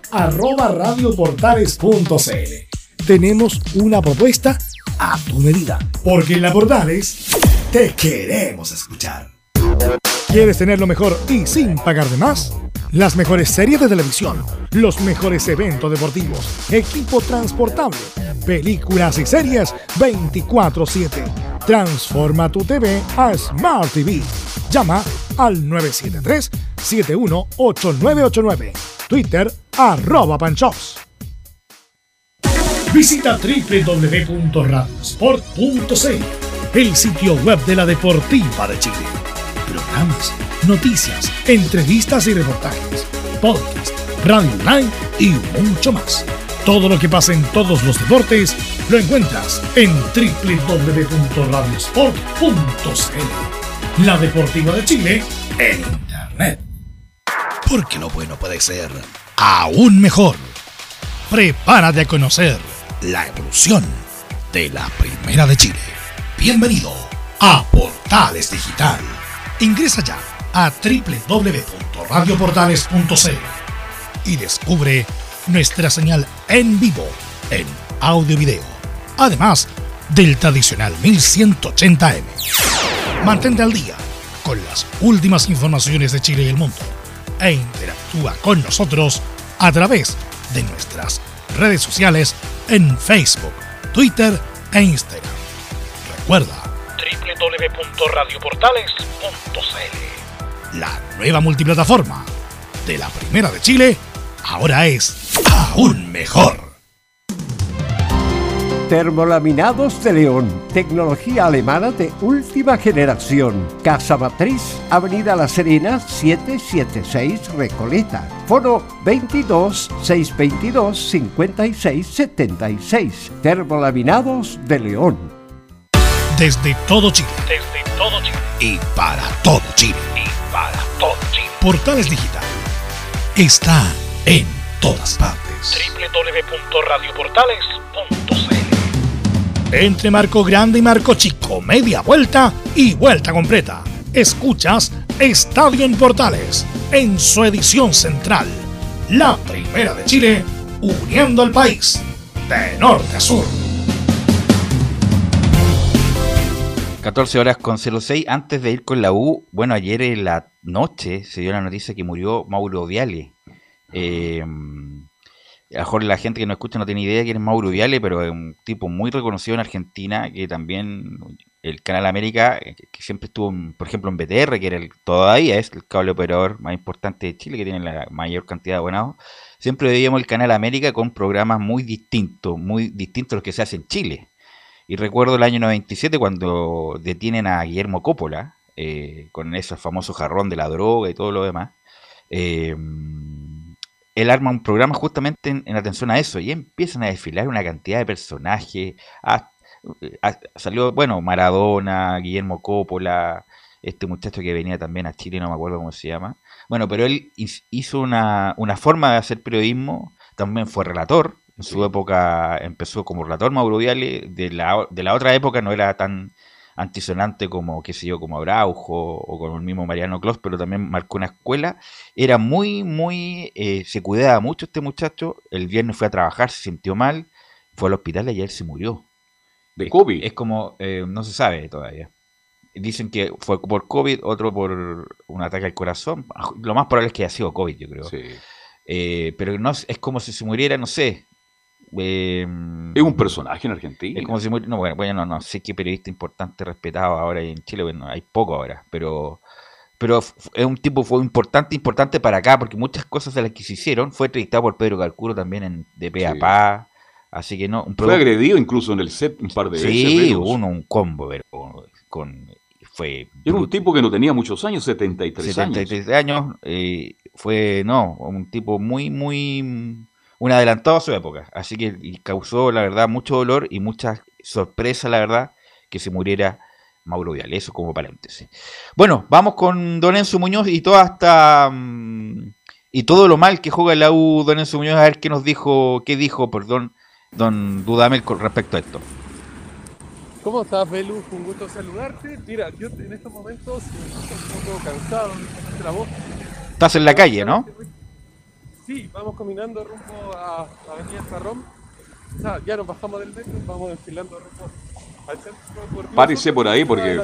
@radioportales.cl. Tenemos una propuesta a tu medida, porque en la Portales te queremos escuchar. ¿Quieres tener lo mejor y sin pagar de más? Las mejores series de televisión, los mejores eventos deportivos, equipo transportable, películas y series 24/7. Transforma tu TV a Smart TV. Llama al 973-718989. Twitter @Panchops. Visita www.radiosport.cl, el sitio web de la Deportiva de Chile. Programas, noticias, entrevistas y reportajes, podcast, radio online y mucho más. Todo lo que pasa en todos los deportes lo encuentras en www.radiosport.cl. La Deportiva de Chile en Internet. Porque lo bueno puede ser aún mejor. Prepárate a conocer la evolución de la Primera de Chile. Bienvenido a Portales Digital. Ingresa ya a www.radioportales.cl y descubre nuestra señal en vivo en audio y video, además del tradicional 1180M. Mantente al día con las últimas informaciones de Chile y el mundo e interactúa con nosotros a través de nuestras redes sociales en Facebook, Twitter e Instagram. Recuerda www.radioportales.cl. La nueva multiplataforma de la Primera de Chile ahora es aún mejor. Termolaminados de León, tecnología alemana de última generación. Casa Matriz, Avenida La Serena, 776 Recoleta. Foro 22 622 5676. Termolaminados de León. Desde todo Chile. Y para todo Chile. Portales Digital está en todas partes. www.radioportales.cl. Entre marco grande y marco chico, media vuelta y vuelta completa. Escuchas Estadio en Portales en su edición central. La Primera de Chile, uniendo al país de norte a sur. 14:06. Antes de ir con la U, bueno, ayer en la noche se dio la noticia que murió Mauro Viale. A lo mejor la gente que no escucha no tiene idea de quién es Mauro Viale, pero es un tipo muy reconocido en Argentina, que también el Canal América, que siempre estuvo, por ejemplo, en BTR, que todavía es el cable operador más importante de Chile, que tiene la mayor cantidad de abonados. Siempre veíamos el Canal América con programas muy distintos a los que se hacen en Chile. Y recuerdo el año 97 cuando detienen a Guillermo Coppola, con ese famoso jarrón de la droga y todo lo demás. Él arma un programa justamente en atención a eso y empiezan a desfilar una cantidad de personajes. Salió, bueno, Maradona, Guillermo Coppola, este muchacho que venía también a Chile, no me acuerdo cómo se llama. Bueno, pero él hizo una forma de hacer periodismo, también fue relator. En su época empezó como relator Mauro Viale, de la otra época no era tan antisonante como, qué sé yo, como Araujo o como el mismo Mariano Clos, pero también marcó una escuela. Era se cuidaba mucho este muchacho. El viernes fue a trabajar, se sintió mal, fue al hospital y ayer se murió. ¿De COVID? Es como, no se sabe todavía. Dicen que fue por COVID, otro por un ataque al corazón. Lo más probable es que haya sido COVID, yo creo. Sí. Pero no, es como si se muriera, no sé. Es un personaje en Argentina. Es como si muriera, no sé qué periodista importante, respetado ahora en Chile, bueno, hay poco ahora, pero es un tipo, fue importante para acá, porque muchas cosas de las que se hicieron, fue entrevistado por Pedro Calcuro también de pe a pa, así que no. Fue agredido incluso en el set un par de veces. Sí, hubo un combo, pero era un tipo que no tenía muchos años, 73 años. Fue un tipo muy un adelantado a su época, así que causó la verdad mucho dolor y mucha sorpresa, la verdad, que se muriera Mauro Viale. Eso como paréntesis. Bueno, vamos con Don Enzo Muñoz y todo lo mal que juega la U. Don Enzo Muñoz, a ver qué dijo don Dudamel con respecto a esto. ¿Cómo estás, Belu? Un gusto saludarte. Mira, yo en estos momentos me siento un poco cansado de la voz. Estás en la calle, ¿no? Sí, vamos caminando rumbo a Avenida Farrón. O sea, ya nos bajamos del metro, vamos desfilando rumbo al centro deportivo. Párese por ahí porque...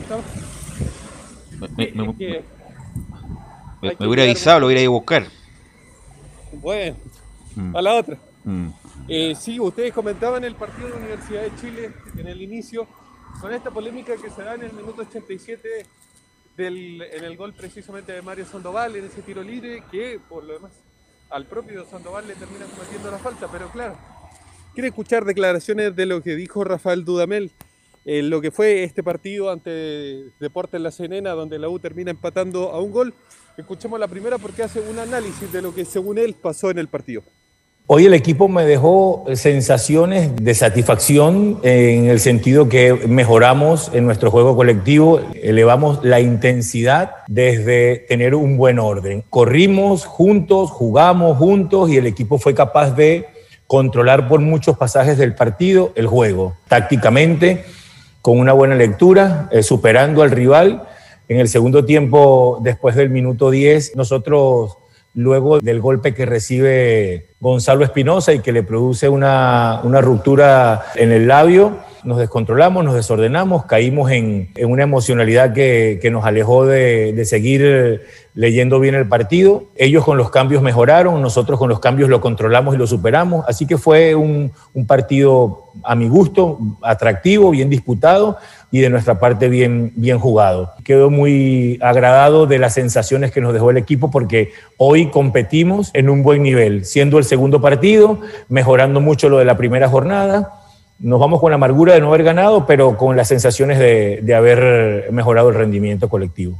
Me hubiera avisado, lo hubiera ido a buscar. Bueno, a la otra. Sí, ustedes comentaban el partido de la Universidad de Chile en el inicio, con esta polémica que se da en el minuto 87 en el gol precisamente de Mario Sandoval, en ese tiro libre, que por lo demás al propio Sandoval le termina cometiendo la falta, pero claro, quiero escuchar declaraciones de lo que dijo Rafael Dudamel en lo que fue este partido ante Deportes La Serena, donde la U termina empatando a un gol. Escuchemos la primera porque hace un análisis de lo que según él pasó en el partido. Hoy el equipo me dejó sensaciones de satisfacción en el sentido que mejoramos en nuestro juego colectivo, elevamos la intensidad desde tener un buen orden. Corrimos juntos, jugamos juntos y el equipo fue capaz de controlar por muchos pasajes del partido el juego. Tácticamente, con una buena lectura, superando al rival. En el segundo tiempo, después del minuto 10, nosotros, luego del golpe que recibe Gonzalo Espinosa y que le produce una ruptura en el labio, nos descontrolamos, nos desordenamos, caímos en una emocionalidad que nos alejó de seguir leyendo bien el partido. Ellos con los cambios mejoraron, nosotros con los cambios lo controlamos y lo superamos, así que fue un partido a mi gusto, atractivo, bien disputado y de nuestra parte bien jugado. Quedo muy agradado de las sensaciones que nos dejó el equipo porque hoy competimos en un buen nivel, siendo el segundo partido, mejorando mucho lo de la primera jornada. Nos vamos con la amargura de no haber ganado, pero con las sensaciones de haber mejorado el rendimiento colectivo.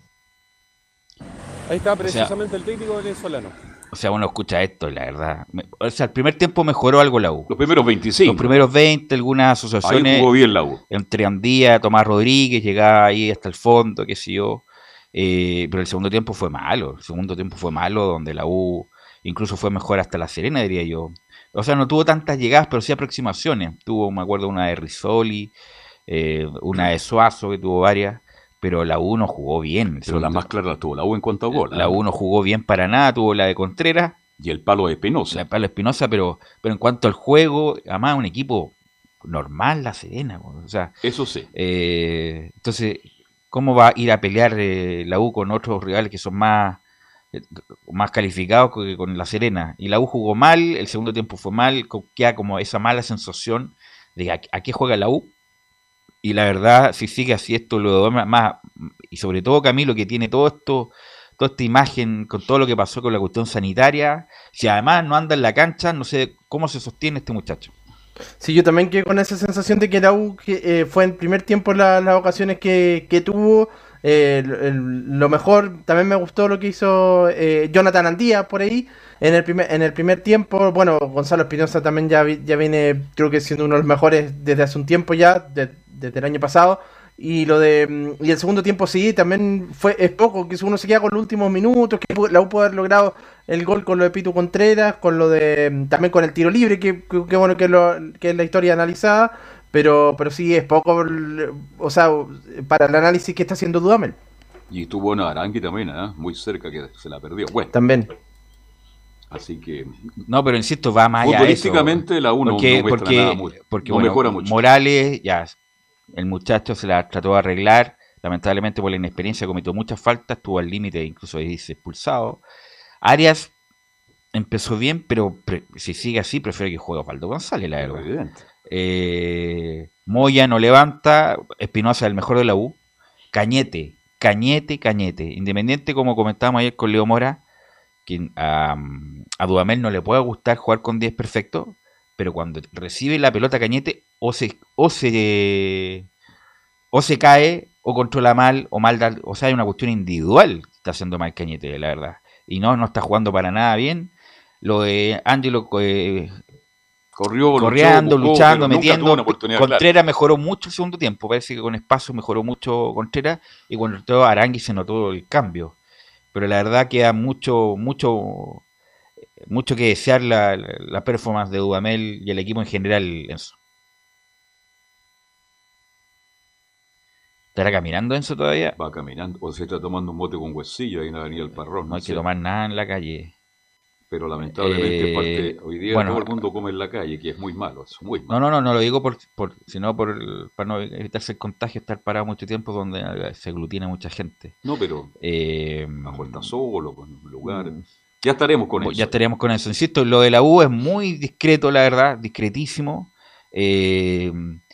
Ahí está precisamente el técnico venezolano. O sea, uno escucha esto y la verdad... O sea, el primer tiempo mejoró algo la U. Los primeros 25. Los primeros 20, algunas asociaciones... Ahí jugó bien la U. Entre Andía, Tomás Rodríguez, llegaba ahí hasta el fondo, qué sé yo. Pero el segundo tiempo fue malo. El segundo tiempo fue malo, donde la U incluso fue mejor hasta La Serena, diría yo. O sea, no tuvo tantas llegadas, pero sí aproximaciones. Tuvo, me acuerdo, una de Rizzoli, una de Suazo, que tuvo varias. Pero la U no jugó bien. Pero la más clara la tuvo la U en cuanto a gol. La U no jugó bien para nada, tuvo la de Contreras. Y el palo de Espinosa. El palo de Espinosa, pero en cuanto al juego, además un equipo normal, La Serena. O sea, eso sí. Entonces, ¿cómo va a ir a pelear la U con otros rivales que son más calificados que con La Serena? Y la U jugó mal, el segundo tiempo fue mal, queda como esa mala sensación de a qué juega la U. Y la verdad, si sigue así esto, lo más, y sobre todo Camilo, que tiene toda esta imagen con todo lo que pasó con la cuestión sanitaria, si además no anda en la cancha, no sé cómo se sostiene este muchacho. Sí, yo también quedé con esa sensación de que la U fue en primer tiempo las ocasiones que tuvo. Lo mejor, también me gustó lo que hizo Jonathan Andía por ahí en el primer tiempo. Bueno, Gonzalo Espinosa también ya viene, creo que siendo uno de los mejores desde hace un tiempo ya, desde el año pasado. Y el segundo tiempo sí, también es poco, que uno se queda con los últimos minutos, que la U pudo haber logrado el gol con lo de Pitu Contreras, con lo de también con el tiro libre, que bueno que es la historia analizada, pero sí es poco, o sea, para el análisis que está haciendo Dudamel. Y tuvo una Arangui también, muy cerca, que se la perdió. Bueno. También. Así que... No, pero insisto, va más allá de eso. Futbolísticamente la U no muestra nada mucho. Porque no mejora mucho. Morales, ya, el muchacho se la trató de arreglar, lamentablemente por la inexperiencia cometió muchas faltas, estuvo al límite incluso de irse expulsado. Arias empezó bien, pero si sigue así, prefiero que juegue Osvaldo González, la verdad. Moya no levanta, Espinosa el mejor de la U, Cañete. Independiente, como comentábamos ayer con Leo Mora, que a Dudamel no le puede gustar jugar con 10 perfecto, pero cuando recibe la pelota Cañete, o se cae, o controla mal, o sea, hay una cuestión individual que está haciendo mal Cañete, la verdad. Y no está jugando para nada bien. Lo de Ángelo corriendo, luchando, metiendo. Contreras clara. Mejoró mucho el segundo tiempo. Parece que con espacio mejoró mucho Contreras. Y cuando entró Arangui se notó el cambio. Pero la verdad queda mucho que desear la performance de Dudamel y el equipo en general, Enzo. ¿Estará caminando Enzo todavía? Va caminando, o se está tomando un bote con huesillo ahí en la Avenida El Parrón. No hay que tomar nada en la calle. Pero lamentablemente hoy día todo el mundo come en la calle, que es muy malo, es muy malo. No lo digo sino para no evitarse el contagio, estar parado mucho tiempo donde se aglutina mucha gente. No, pero bajo está solo, con lugar. Ya estaremos con eso. Ya estaríamos con eso. Insisto, lo de la U es muy discreto, la verdad, discretísimo. Y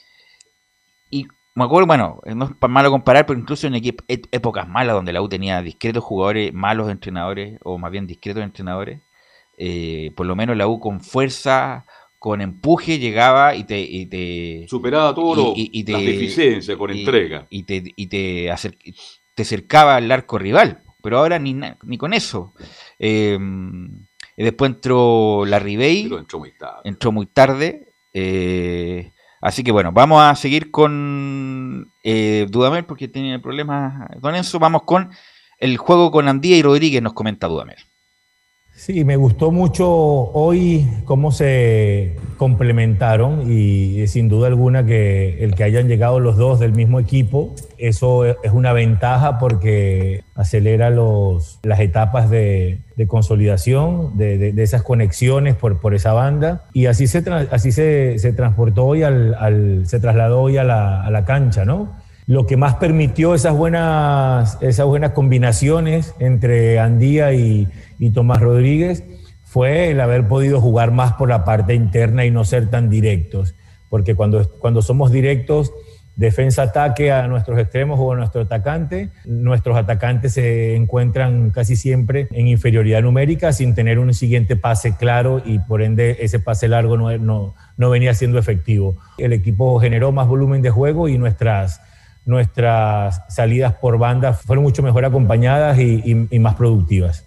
me acuerdo, bueno, no es malo comparar, pero incluso en épocas malas donde la U tenía discretos jugadores, malos entrenadores, o más bien discretos entrenadores, por lo menos la U con fuerza, con empuje llegaba y te superaba todo las deficiencias con entrega. Y te acercaba al arco rival, pero ahora ni con eso. Después entró la Ribey, pero entró muy tarde. Así que bueno, vamos a seguir con Dudamel porque tiene problemas con eso. Vamos con el juego con Andía y Rodríguez, nos comenta Dudamel. Sí, me gustó mucho hoy cómo se complementaron y sin duda alguna que el que hayan llegado los dos del mismo equipo, eso es una ventaja porque acelera las etapas de consolidación, de esas conexiones por esa banda, y así se transportó hoy se trasladó hoy a la cancha, ¿no? Lo que más permitió esas buenas combinaciones entre Andía y Tomás Rodríguez fue el haber podido jugar más por la parte interna y no ser tan directos, porque cuando somos directos, defensa-ataque a nuestros extremos o a nuestro atacante, nuestros atacantes se encuentran casi siempre en inferioridad numérica sin tener un siguiente pase claro y por ende ese pase largo no venía siendo efectivo. El equipo generó más volumen de juego y nuestras salidas por banda fueron mucho mejor acompañadas y más productivas.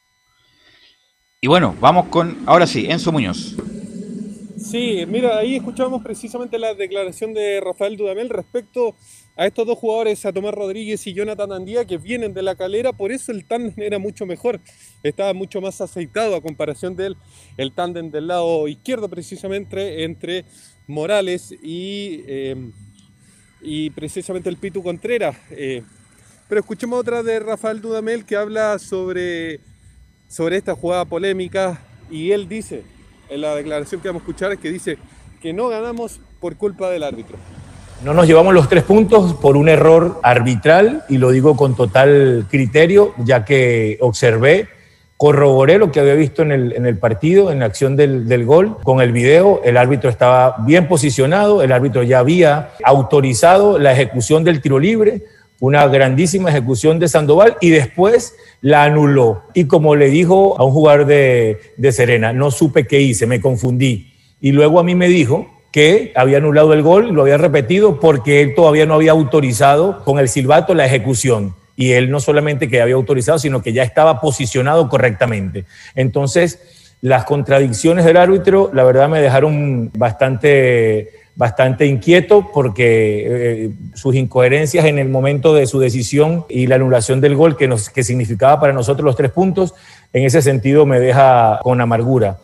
Y bueno, vamos con, ahora sí, Enzo Muñoz. Sí, mira, ahí escuchamos precisamente la declaración de Rafael Dudamel respecto a estos dos jugadores, a Tomás Rodríguez y Jonathan Andía, que vienen de La Calera, por eso el tándem era mucho mejor, estaba mucho más aceitado a comparación del tándem del lado izquierdo, precisamente entre Morales y precisamente el Pitu Contreras. Pero escuchemos otra de Rafael Dudamel que habla sobre esta jugada polémica, y él dice, en la declaración que vamos a escuchar, es que dice que no ganamos por culpa del árbitro. No nos llevamos los 3 puntos por un error arbitral, y lo digo con total criterio, ya que corroboré lo que había visto en el partido, en la acción del gol, con el video. El árbitro estaba bien posicionado, el árbitro ya había autorizado la ejecución del tiro libre, una grandísima ejecución de Sandoval, y después la anuló. Y como le dijo a un jugador de Serena, no supe qué hice, me confundí. Y luego a mí me dijo que había anulado el gol, lo había repetido porque él todavía no había autorizado con el silbato la ejecución. Y él no solamente que había autorizado, sino que ya estaba posicionado correctamente. Entonces, las contradicciones del árbitro, la verdad, me dejaron bastante inquieto, porque sus incoherencias en el momento de su decisión y la anulación del gol que significaba para nosotros los 3 puntos, en ese sentido me deja con amargura.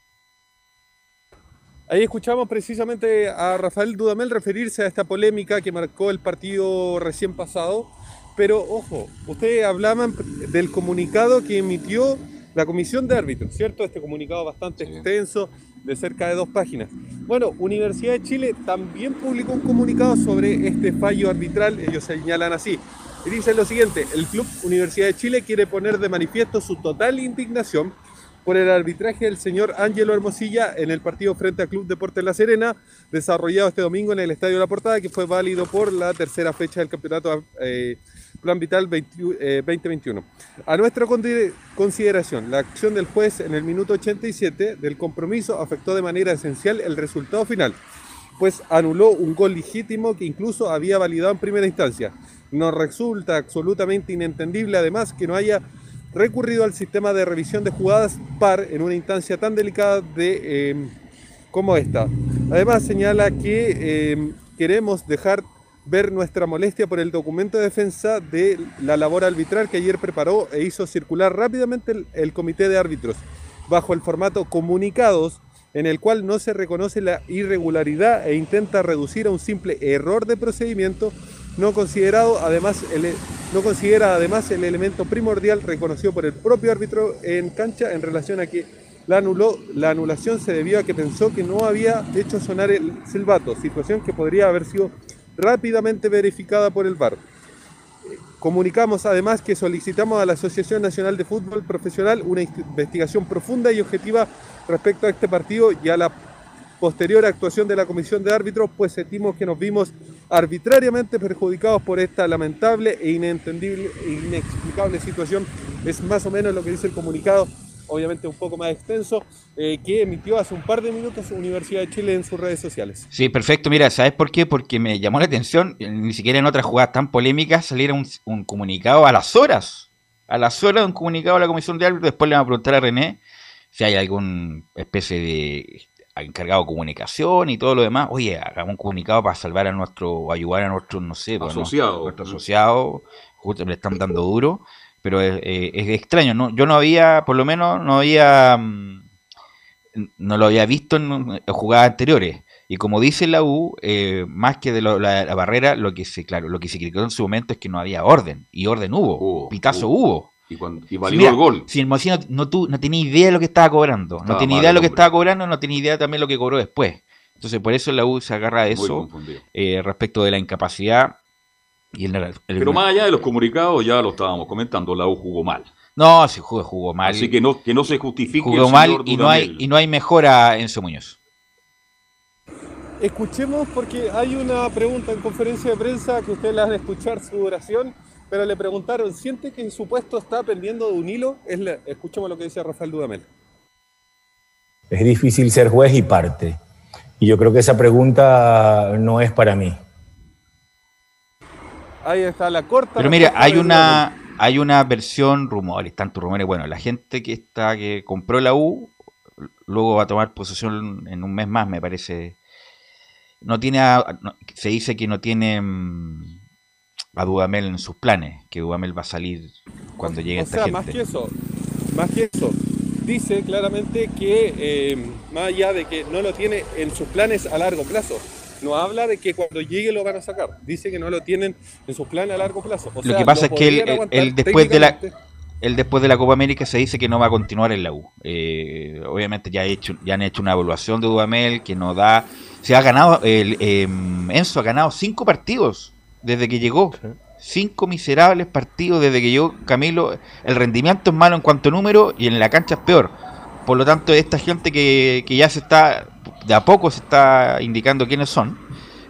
Ahí escuchamos precisamente a Rafael Dudamel referirse a esta polémica que marcó el partido recién pasado. Pero ojo, ustedes hablaban del comunicado que emitió la comisión de árbitros, ¿cierto? Este comunicado bastante extenso, de cerca de 2 páginas. Bueno, Universidad de Chile también publicó un comunicado sobre este fallo arbitral. Ellos señalan así, y dicen lo siguiente: el Club Universidad de Chile quiere poner de manifiesto su total indignación por el arbitraje del señor Ángelo Hermosilla en el partido frente al Club Deportes La Serena, desarrollado este domingo en el Estadio La Portada, que fue válido por la tercera fecha del campeonato Plan Vital 2021. A nuestra consideración, la acción del juez en el minuto 87 del compromiso afectó de manera esencial el resultado final, pues anuló un gol legítimo que incluso había validado en primera instancia. Nos resulta absolutamente inentendible, además, que no haya recurrido al sistema de revisión de jugadas VAR en una instancia tan delicada como esta. Además, señala que queremos dejar ver nuestra molestia por el documento de defensa de la labor arbitral que ayer preparó e hizo circular rápidamente el comité de árbitros, bajo el formato comunicados, en el cual no se reconoce la irregularidad e intenta reducir a un simple error de procedimiento no considera además el elemento primordial reconocido por el propio árbitro en cancha en relación a que la anulación se debió a que pensó que no había hecho sonar el silbato, situación que podría haber sido rápidamente verificada por el VAR. Comunicamos además que solicitamos a la Asociación Nacional de Fútbol Profesional una investigación profunda y objetiva respecto a este partido y a la posterior actuación de la Comisión de Árbitros, pues sentimos que nos vimos arbitrariamente perjudicados por esta lamentable e inentendible e inexplicable situación. Es más o menos lo que dice el comunicado, obviamente un poco más extenso, que emitió hace un par de minutos Universidad de Chile en sus redes sociales. Sí, perfecto. Mira, ¿sabes por qué? Porque me llamó la atención, ni siquiera en otras jugadas tan polémicas saliera un comunicado a las horas de un comunicado a la Comisión de Árbitros. Después le vamos a preguntar a René si hay alguna especie de encargado de comunicación y todo lo demás. Oye, hagamos un comunicado para salvar a o ayudar a nuestros, no sé, nuestro asociado, justo le están dando duro. Pero es extraño, ¿no? Yo no había, por lo menos, no lo había visto en jugadas anteriores. Y como dice la U, más que de la barrera, lo que se criticó en su momento es que no había orden. Y orden hubo, pitazo hubo. Y valió el gol. Si el Mocino no tenía idea de lo que estaba cobrando. No tenía idea de lo que estaba cobrando, no tenía idea también de lo que cobró después. Entonces, por eso la U se agarra a eso respecto de la incapacidad. Pero más allá de los comunicados, ya lo estábamos comentando, la U jugó mal. No, sí jugó mal. Así que no se justifique. Jugó mal y no hay mejora Enzo Muñoz. Escuchemos, porque hay una pregunta en conferencia de prensa que ustedes la van a escuchar su oración, pero le preguntaron, ¿siente que su puesto está pendiendo de un hilo? Escuchemos lo que dice Rafael Dudamel. Es difícil ser juez y parte. Y yo creo que esa pregunta no es para mí. Ahí está la corta. Pero mira, hay una versión, rumores, tantos rumores. Bueno, la gente que compró la U, luego va a tomar posesión en un mes más, me parece. Se dice que no tiene a Dudamel en sus planes, que Dudamel va a salir cuando llegue esta gente. Más que eso, dice claramente que más allá de que no lo tiene en sus planes a largo plazo, no habla de que cuando llegue lo van a sacar. Dice que no lo tienen en sus planes a largo plazo. Lo que pasa es que él después de la Copa América se dice que no va a continuar en la U. Obviamente ya han hecho una evaluación de Dudamel que no da. Se ha ganado, Enzo ha ganado 5 partidos desde que llegó. 5 miserables partidos desde que llegó Camilo. El rendimiento es malo en cuanto a número y en la cancha es peor. Por lo tanto, esta gente que ya de a poco se está indicando quiénes son,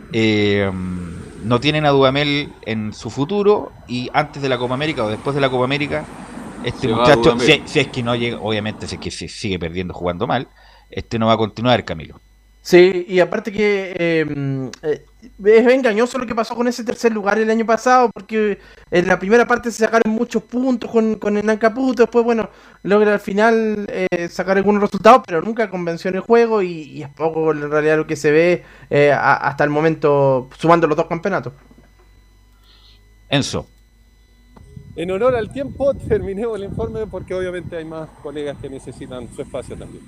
no tienen a Dudamel en su futuro, y antes de la Copa América o después de la Copa América, este muchacho, si es que no llega, obviamente si es que se sigue perdiendo jugando mal, no va a continuar, Camilo. Sí, y aparte que es engañoso lo que pasó con ese tercer lugar el año pasado, porque en la primera parte se sacaron muchos puntos con el Nancaputo, después, bueno, logra al final sacar algunos resultados, pero nunca convenció en el juego, y es poco en realidad lo que se ve hasta el momento, sumando los 2 campeonatos. Enzo. En honor al tiempo, terminemos el informe, porque obviamente hay más colegas que necesitan su espacio también.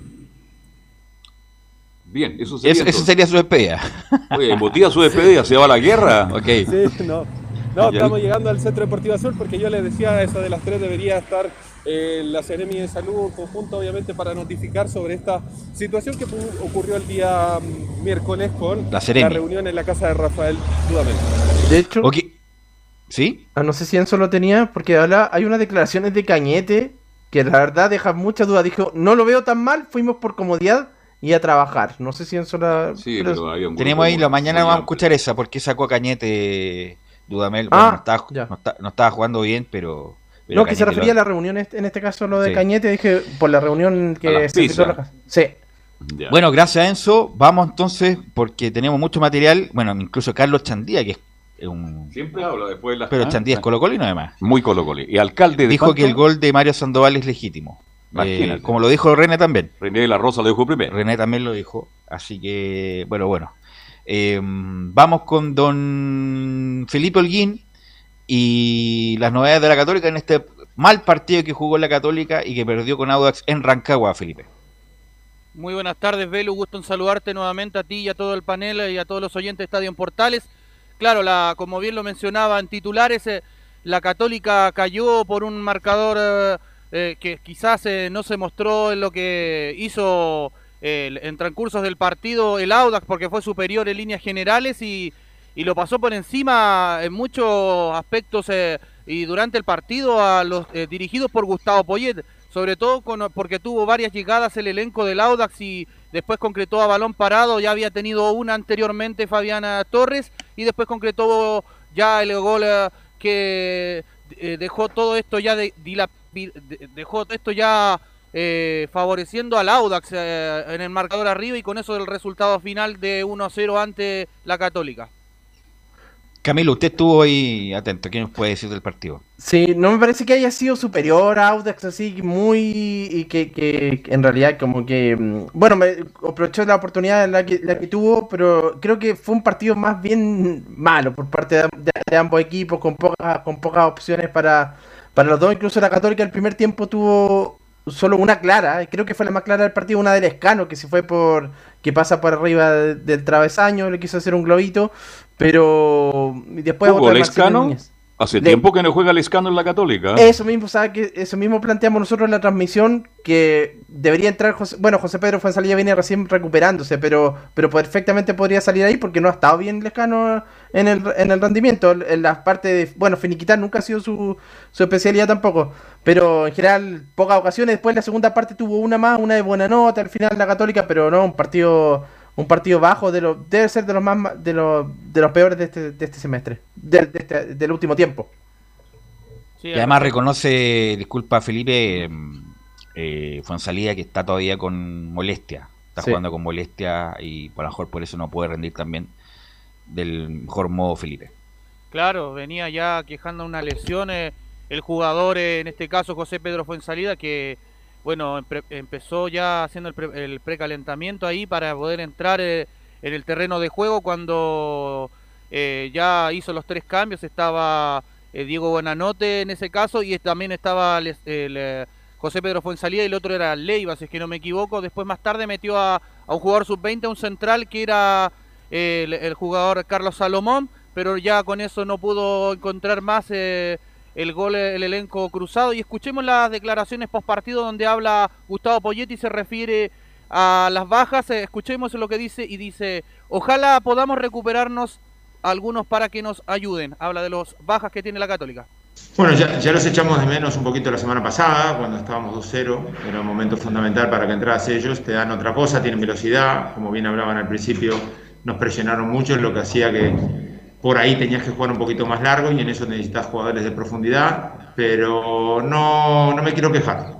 Bien, eso sería su despedida. Oye, motiva su despedida, ¿se va a la guerra? Ok. Sí, no, estamos llegando al Centro Deportivo Azul, porque yo les decía, eso de las 3 debería estar la Seremi de Salud en conjunto, obviamente, para notificar sobre esta situación que ocurrió el día miércoles con la reunión en la casa de Rafael Dudamel. De hecho, ¿sí? No sé si Enzo lo tenía, porque hay unas declaraciones de Cañete que la verdad dejan muchas dudas. Dijo, no lo veo tan mal, fuimos por comodidad y a trabajar. No sé si Enzo la... Sí, pero había un tenemos ahí, mañana vamos a escuchar esa, porque sacó a Cañete Dudamel. Bueno, no estaba jugando bien, pero no, que se refería a la reunión, en este caso lo de Cañete, dije, por la reunión que se hizo la casa. Sí. Ya. Bueno, gracias, Enzo. Vamos entonces, porque tenemos mucho material. Bueno, incluso Carlos Chandía, que es siempre habla después de las... Pero Chandía es colocolino además. Muy colocolino. Y alcalde dijo que el gol de Mario Sandoval es legítimo. Como lo dijo René también. René de la Rosa lo dijo primero. René también lo dijo. Así que, bueno. Vamos con don Felipe Holguín y las novedades de la Católica en este mal partido que jugó la Católica y que perdió con Audax en Rancagua, Felipe. Muy buenas tardes, Belu. Gusto en saludarte nuevamente a ti y a todo el panel y a todos los oyentes de Estadio en Portales. claro, como bien lo mencionaba en titulares, la Católica cayó por un marcador que quizás no se mostró en lo que hizo en transcursos del partido el Audax, porque fue superior en líneas generales y lo pasó por encima en muchos aspectos y durante el partido a los dirigidos por Gustavo Poyet, sobre todo porque tuvo varias llegadas el elenco del Audax y después concretó a balón parado. Ya había tenido una anteriormente Fabiana Torres y después concretó ya el gol que dejó todo esto ya favoreciendo al Audax en el marcador arriba, y con eso el resultado final de 1-0 ante la Católica. Camilo, usted estuvo ahí atento. ¿Qué nos puede decir del partido? Sí, no me parece que haya sido superior a Audax, así muy... y que en realidad como que... Bueno, me aprovechó la oportunidad la que tuvo, pero creo que fue un partido más bien malo por parte de ambos equipos, con pocas opciones para los dos. Incluso la Católica el primer tiempo tuvo solo una clara, creo que fue la más clara del partido, una del Lescano, que se fue que pasa por arriba del travesaño, le quiso hacer un globito, pero después ¿Jugó Lescano? Hace tiempo que no juega Lescano en la Católica. Eso mismo, ¿sabes? Que eso mismo planteamos nosotros en la transmisión, que debería entrar José Pedro Fuenzalía viene recién recuperándose, pero perfectamente podría salir ahí porque no ha estado bien Lescano en el rendimiento, en la parte de, finiquitar nunca ha sido su especialidad tampoco, pero en general pocas ocasiones. Después la segunda parte tuvo una de buena nota al final la Católica, pero no, un partido bajo, debe ser de los peores de este semestre, del último tiempo. Sí, y además reconoce, disculpa Felipe, Fuenzalía, que está todavía con molestia, jugando con molestia y por lo mejor por eso no puede rendir también del mejor modo Felipe. Claro, venía ya quejando una lesión el jugador, en este caso José Pedro Fuenzalía, que empezó ya haciendo el precalentamiento ahí para poder entrar en el terreno de juego cuando ya hizo los 3 cambios. Estaba Diego Buenanote en ese caso y también estaba José Pedro Fuenzalía y el otro era Leiva, si es que no me equivoco. Después más tarde metió a un jugador sub-20, a un central que era el jugador Carlos Salomón, pero ya con eso no pudo encontrar más el gol, el elenco cruzado. Y escuchemos las declaraciones post partido donde habla Gustavo Poyet y se refiere a las bajas. Escuchemos lo que dice y dice: ojalá podamos recuperarnos algunos para que nos ayuden. Habla de las bajas que tiene la Católica. Bueno, ya los echamos de menos un poquito la semana pasada, cuando estábamos 2-0, era un momento fundamental para que entraras ellos, te dan otra cosa, tienen velocidad, como bien hablaban al principio, nos presionaron mucho, lo que hacía que por ahí tenías que jugar un poquito más largo y en eso necesitas jugadores de profundidad, pero no me quiero quejar.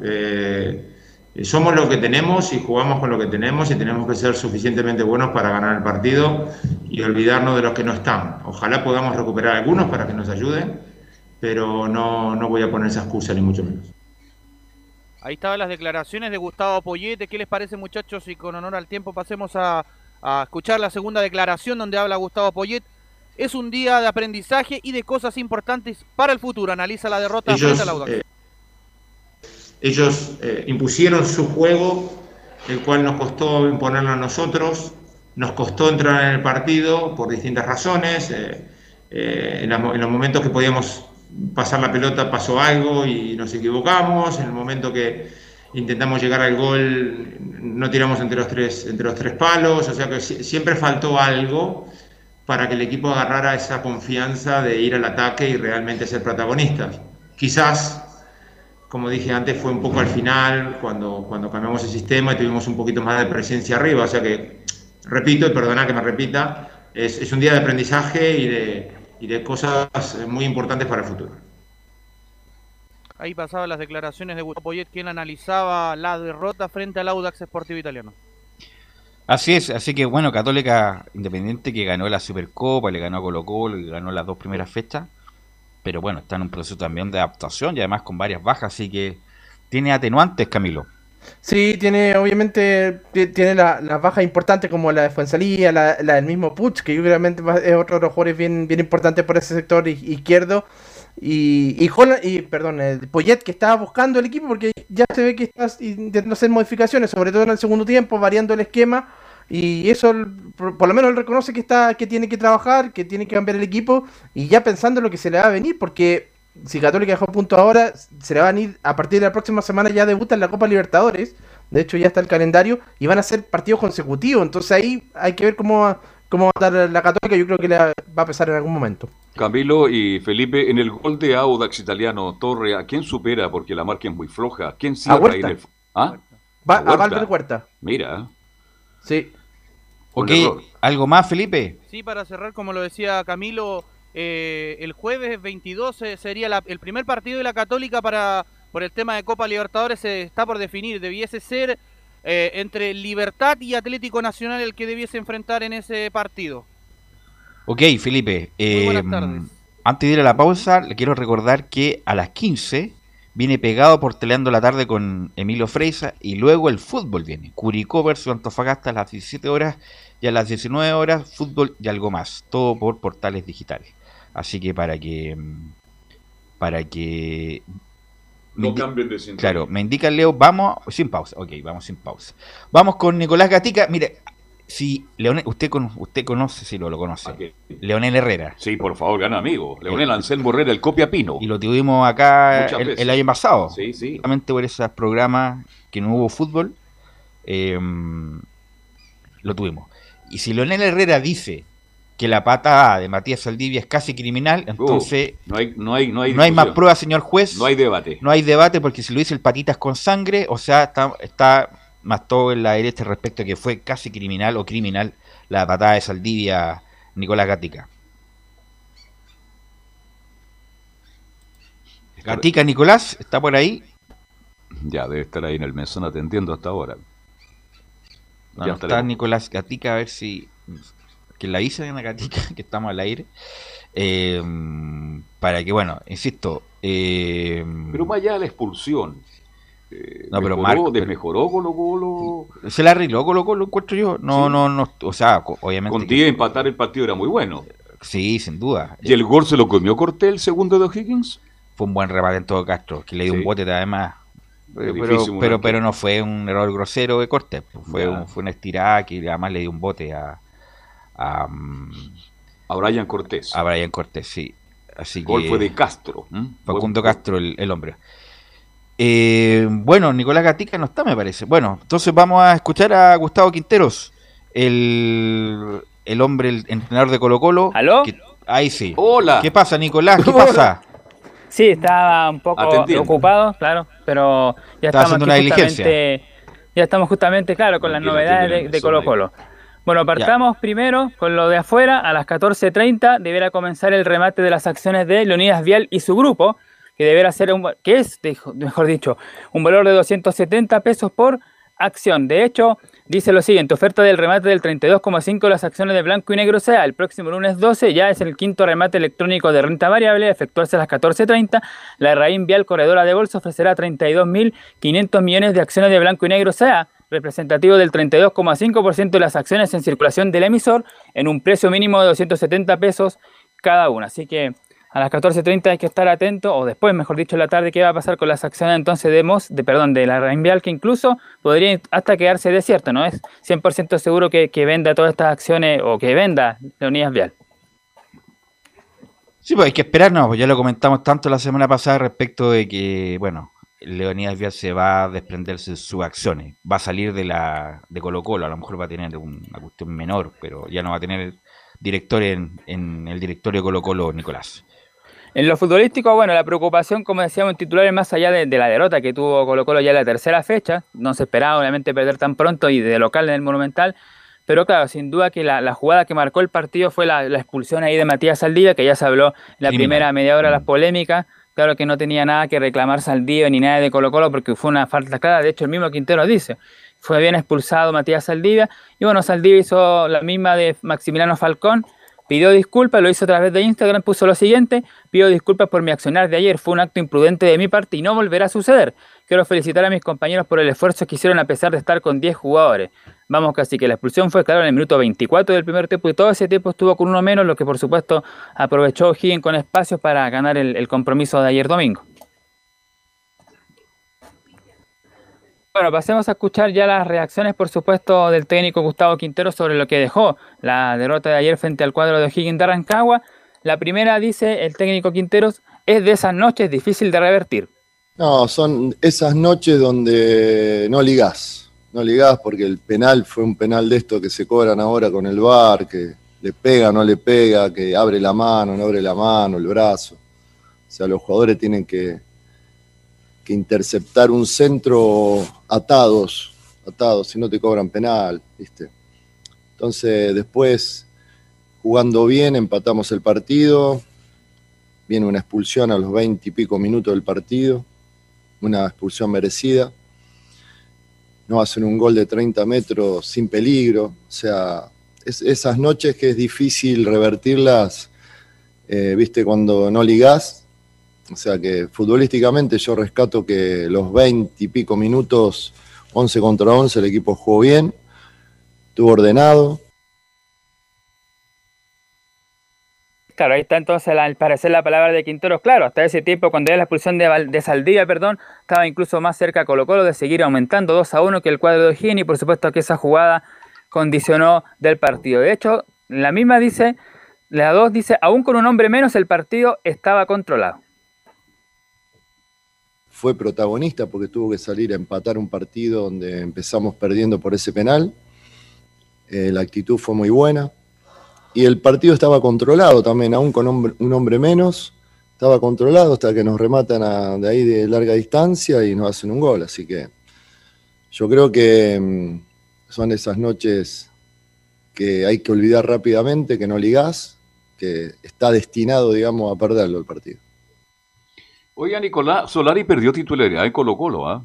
Somos lo que tenemos y jugamos con lo que tenemos y tenemos que ser suficientemente buenos para ganar el partido y olvidarnos de los que no están. Ojalá podamos recuperar algunos para que nos ayuden, pero no voy a poner esa excusa ni mucho menos. Ahí estaban las declaraciones de Gustavo Poyet. ¿Qué les parece, muchachos? Y con honor al tiempo pasemos a escuchar la segunda declaración donde habla Gustavo Poyet. Es un día de aprendizaje y de cosas importantes para el futuro. Analiza la derrota frente al Audax. Ellos impusieron su juego, el cual nos costó imponerlo a nosotros, nos costó entrar en el partido por distintas razones. En los momentos que podíamos pasar la pelota pasó algo y nos equivocamos. En el momento que intentamos llegar al gol no tiramos entre los tres palos. O sea que siempre faltó algo para que el equipo agarrara esa confianza de ir al ataque y realmente ser protagonistas. Quizás, como dije antes, fue un poco al final, cuando cambiamos el sistema y tuvimos un poquito más de presencia arriba. O sea que, repito, y perdona que me repita, es un día de aprendizaje y de cosas muy importantes para el futuro. Ahí pasaban las declaraciones de Gustavo Poyet, quien analizaba la derrota frente al Audax Sportivo Italiano. Así es, así que bueno, Católica Independiente, que ganó la Supercopa, le ganó a Colo-Colo, le ganó las 2 primeras fechas, pero bueno, está en un proceso también de adaptación y además con varias bajas, así que tiene atenuantes, Camilo. Sí, obviamente tiene las bajas importantes como la de Fuenzalía, la del mismo Puig, que obviamente es otro de los jugadores bien importantes por ese sector izquierdo. Y Poyet, que estaba buscando el equipo porque ya se ve que está intentando hacer modificaciones, sobre todo en el segundo tiempo, variando el esquema Y eso, por lo menos él reconoce que tiene que trabajar, que tiene que cambiar el equipo, y ya pensando en lo que se le va a venir, porque si Católica dejó puntos ahora, se le van a ir a partir de la próxima semana, ya debuta en la Copa Libertadores. De hecho, ya está el calendario y van a ser partidos consecutivos. Entonces ahí hay que ver cómo va a dar la Católica. Yo creo que le va a pesar en algún momento. Camilo y Felipe, en el gol de Audax Italiano, Torre, ¿a quién supera? Porque la marca es muy floja. ¿Quién cierra ahí en el... ¿Ah? A Valver Huerta. Mira. Sí. Ok, ¿algo más, Felipe? Sí, para cerrar, como lo decía Camilo, el jueves 22 sería el primer partido de la Católica por el tema de Copa Libertadores. Se está por definir, debiese ser entre Libertad y Atlético Nacional el que debiese enfrentar en ese partido. Ok, Felipe, Muy buenas tardes. Antes de ir a la pausa, le quiero recordar que a las 15 viene Pegado por Teleando la Tarde con Emilio Freisa, y luego el fútbol viene. Curicó versus Antofagasta a las 17 horas, y a las 19 horas fútbol y algo más. Todo por Portales Digitales. Así que para que no cambien de sintonía. Claro, me indica Leo, vamos sin pausa. Ok, vamos sin pausa. Vamos con Nicolás Gatica. Mire, si Leonel, usted conoce, si lo conoce. Okay. Leonel Herrera. Sí, por favor, gran amigo. Leonel Anselmo Herrera, el Copia Pino. Y lo tuvimos acá el año pasado. Sí, sí. Justamente por esos programas que no hubo fútbol, lo tuvimos. Y si Leonel Herrera dice que la patada de Matías Saldivia es casi criminal, entonces no hay más pruebas, señor juez. No hay debate. No hay debate, porque si lo dice el Patitas con sangre, o sea, está más todo en la derecha respecto a que fue casi criminal o criminal la patada de Saldivia Nicolás Gatica. Gatica Nicolás, ¿está por ahí? Ya, debe estar ahí en el mesón atendiendo hasta ahora. No está Nicolás Gatica, a ver si... que la avisen a Gatica que estamos al aire. Para que, bueno, insisto... pero más allá de la expulsión... no, pero Marco desmejoró Colo-Colo. Se la arregló Colo-Colo, encuentro yo. No, o sea, obviamente. Con 10 empatar el partido era muy bueno. Sí, sin duda. ¿Y el gol se lo comió Cortés, el segundo de O'Higgins? Fue un buen remate en todo Castro, que le dio un bote además. Pero no fue un error grosero de Cortés. Fue una estirada que además le dio un bote a Brian Cortés. A Brian Cortés, sí. Así el gol fue de Castro. Facundo Castro, el hombre. Bueno, Nicolás Gatica no está, me parece. Bueno, entonces vamos a escuchar a Gustavo Quinteros, el hombre, el entrenador de Colo-Colo. ¿Aló? Ahí sí. Hola. ¿Qué pasa, Nicolás? ¿Qué pasa? Sí, estaba un poco ocupado, claro, pero ya estamos justamente, claro, con las novedades de Colo-Colo. Bueno, partamos primero con lo de afuera. A las 14:30 deberá comenzar el remate de las acciones de Leonidas Vial y su grupo, que deberá ser un valor de 270 pesos por acción. De hecho, dice lo siguiente: oferta del remate del 32,5 las acciones de blanco y negro sea el próximo lunes 12, ya es el quinto remate electrónico de renta variable, efectuarse a las 14:30. La Raín Vial Corredora de Bolsa ofrecerá 32.500 millones de acciones de blanco y negro sea, representativo del 32,5% de las acciones en circulación del emisor, en un precio mínimo de 270 pesos cada una. Así que a las 14:30 hay que estar atento, o después, mejor dicho, en la tarde, qué va a pasar con las acciones entonces de la Rainvial, que incluso podría hasta quedarse desierta. No es 100% seguro que venda todas estas acciones o que venda Leonidas Vial. Sí, pues hay que esperarnos, pues ya lo comentamos tanto la semana pasada respecto de que, bueno, Leonidas Vial se va a desprenderse de sus acciones, va a salir de Colo-Colo, a lo mejor va a tener una cuestión menor, pero ya no va a tener director en el directorio de Colo-Colo, Nicolás. En lo futbolístico, bueno, la preocupación, como decíamos en titulares, más allá de la derrota que tuvo Colo-Colo ya en la tercera fecha, no se esperaba obviamente perder tan pronto y de local en el Monumental, pero claro, sin duda que la jugada que marcó el partido fue la expulsión ahí de Matías Saldivia, que ya se habló en la primera media hora de las polémicas. Claro que no tenía nada que reclamar Saldivia ni nada de Colo-Colo porque fue una falta clara. De hecho, el mismo Quintero dice, fue bien expulsado Matías Saldivia. Y bueno, Saldivia hizo la misma de Maximiliano Falcón, pidió disculpas, lo hizo a través de Instagram, puso lo siguiente: pido disculpas por mi accionar de ayer, fue un acto imprudente de mi parte y no volverá a suceder. Quiero felicitar a mis compañeros por el esfuerzo que hicieron a pesar de estar con 10 jugadores. Vamos, casi que la expulsión fue, claro, en el minuto 24 del primer tiempo y todo ese tiempo estuvo con uno menos, lo que por supuesto aprovechó O'Higgins con espacios para ganar el compromiso de ayer domingo. Bueno, pasemos a escuchar ya las reacciones, por supuesto, del técnico Gustavo Quintero sobre lo que dejó la derrota de ayer frente al cuadro de O'Higgins de Rancagua. La primera, dice el técnico Quinteros, es de esas noches difícil de revertir. No, son esas noches donde no ligás porque el penal fue un penal de esto que se cobran ahora con el VAR, que le pega, no le pega, que abre la mano, no abre la mano, el brazo. O sea, los jugadores tienen que interceptar un centro atados, si no te cobran penal, ¿viste? Entonces, después, jugando bien, empatamos el partido, viene una expulsión a los 20 y pico minutos del partido, una expulsión merecida, nos hacen un gol de 30 metros sin peligro, o sea, esas noches que es difícil revertirlas, ¿viste? Cuando no ligás. O sea que futbolísticamente yo rescato que los 20 y pico minutos, 11 contra 11, el equipo jugó bien, estuvo ordenado. Claro, ahí está entonces al parecer la palabra de Quinteros. Claro, hasta ese tiempo, cuando era la expulsión de Saldivia, estaba incluso más cerca Colo-Colo de seguir aumentando 2-1 que el cuadro de O'Higgins, y por supuesto que esa jugada condicionó del partido. De hecho, la misma dice, la 2 dice, aún con un hombre menos el partido estaba controlado. Fue protagonista porque tuvo que salir a empatar un partido donde empezamos perdiendo por ese penal. La actitud fue muy buena. Y el partido estaba controlado también, aún con un hombre menos. Estaba controlado hasta que nos rematan de ahí de larga distancia y nos hacen un gol. Así que yo creo que son esas noches que hay que olvidar rápidamente, que no ligás, que está destinado, digamos, a perderlo el partido. Oiga, Nicolás, Solari perdió titularidad en Colo-Colo, ¿ah?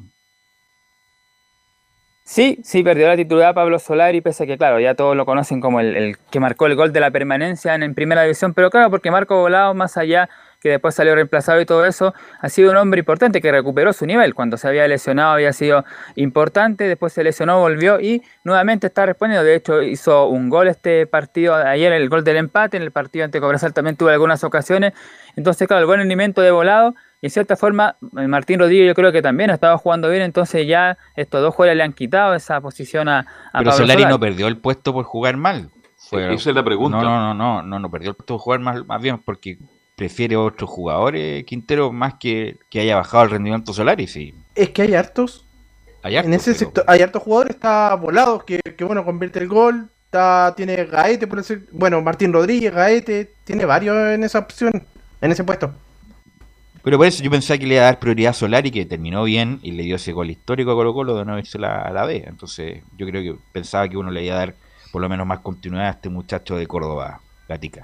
Sí, perdió la titularidad Pablo Solari, pese a que, claro, ya todos lo conocen como el que marcó el gol de la permanencia en primera división, pero claro, porque Marco Volado, más allá que después salió reemplazado y todo eso, ha sido un hombre importante que recuperó su nivel. Cuando se había lesionado había sido importante, después se lesionó, volvió y nuevamente está respondiendo. De hecho, hizo un gol este partido ayer, el gol del empate. En el partido ante Cobresal también tuvo algunas ocasiones. Entonces, claro, el buen rendimiento de Volado. Y en cierta forma, Martín Rodríguez yo creo que también estaba jugando bien, entonces ya estos dos jugadores le han quitado esa posición a Pero Pablo Solari Solari. No perdió el puesto por jugar mal. Esa es la pregunta. No perdió el puesto por jugar mal, más bien porque prefiere a otros jugadores, Quintero, más que haya bajado el rendimiento Solari, sí. Es que hay hartos. En ese sector hay hartos jugadores, está Volado, que bueno, convierte el gol, tiene Gaete, por decir, bueno, Martín Rodríguez, Gaete, tiene varios en esa opción, en ese puesto. Pero por eso yo pensaba que le iba a dar prioridad a Solari, que terminó bien y le dio ese gol histórico a Colo-Colo de no irse a la B. Entonces yo creo que pensaba que uno le iba a dar por lo menos más continuidad a este muchacho de Córdoba, Gatica.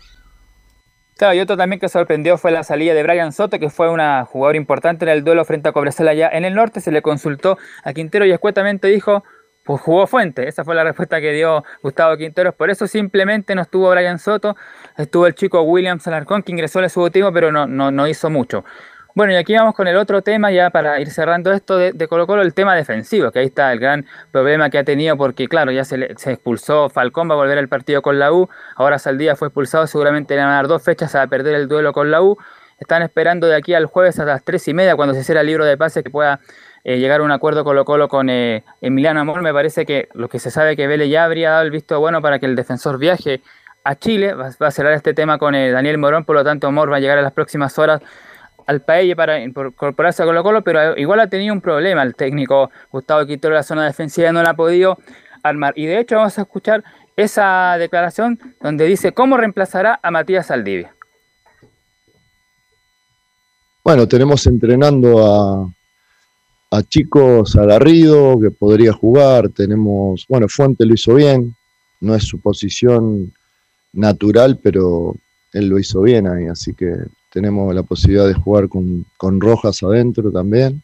Claro, y otro también que sorprendió fue la salida de Brian Soto, que fue una jugadora importante en el duelo frente a Cobresal allá en el norte. Se le consultó a Quintero y escuetamente dijo, pues jugó Fuente. Esa fue la respuesta que dio Gustavo Quinteros. Por eso simplemente no estuvo Brian Soto, estuvo el chico Williams Alarcón, que ingresó en el último, pero no hizo mucho. Bueno, y aquí vamos con el otro tema, ya para ir cerrando esto de Colo-Colo, el tema defensivo, que ahí está el gran problema que ha tenido, porque claro, ya se expulsó Falcón, va a volver al partido con la U, ahora Saldivia fue expulsado, seguramente le van a dar 2 fechas a perder el duelo con la U. Están esperando de aquí al jueves a las 3:30, cuando se cierre el libro de pases, que pueda llegar a un acuerdo Colo-Colo con Emiliano Amor. Me parece que lo que se sabe que Vélez ya habría dado el visto bueno para que el defensor viaje a Chile, va a cerrar este tema con Daniel Morón, por lo tanto Amor va a llegar a las próximas horas al Paelle para incorporarse a Colo-Colo, pero igual ha tenido un problema el técnico Gustavo Quintero en la zona defensiva, no la ha podido armar. Y de hecho vamos a escuchar esa declaración donde dice cómo reemplazará a Matías Saldivia. Bueno, tenemos entrenando a chicos agarrido que podría jugar, tenemos, bueno, Fuente lo hizo bien, no es su posición natural, pero él lo hizo bien ahí, así que tenemos la posibilidad de jugar con Rojas adentro también,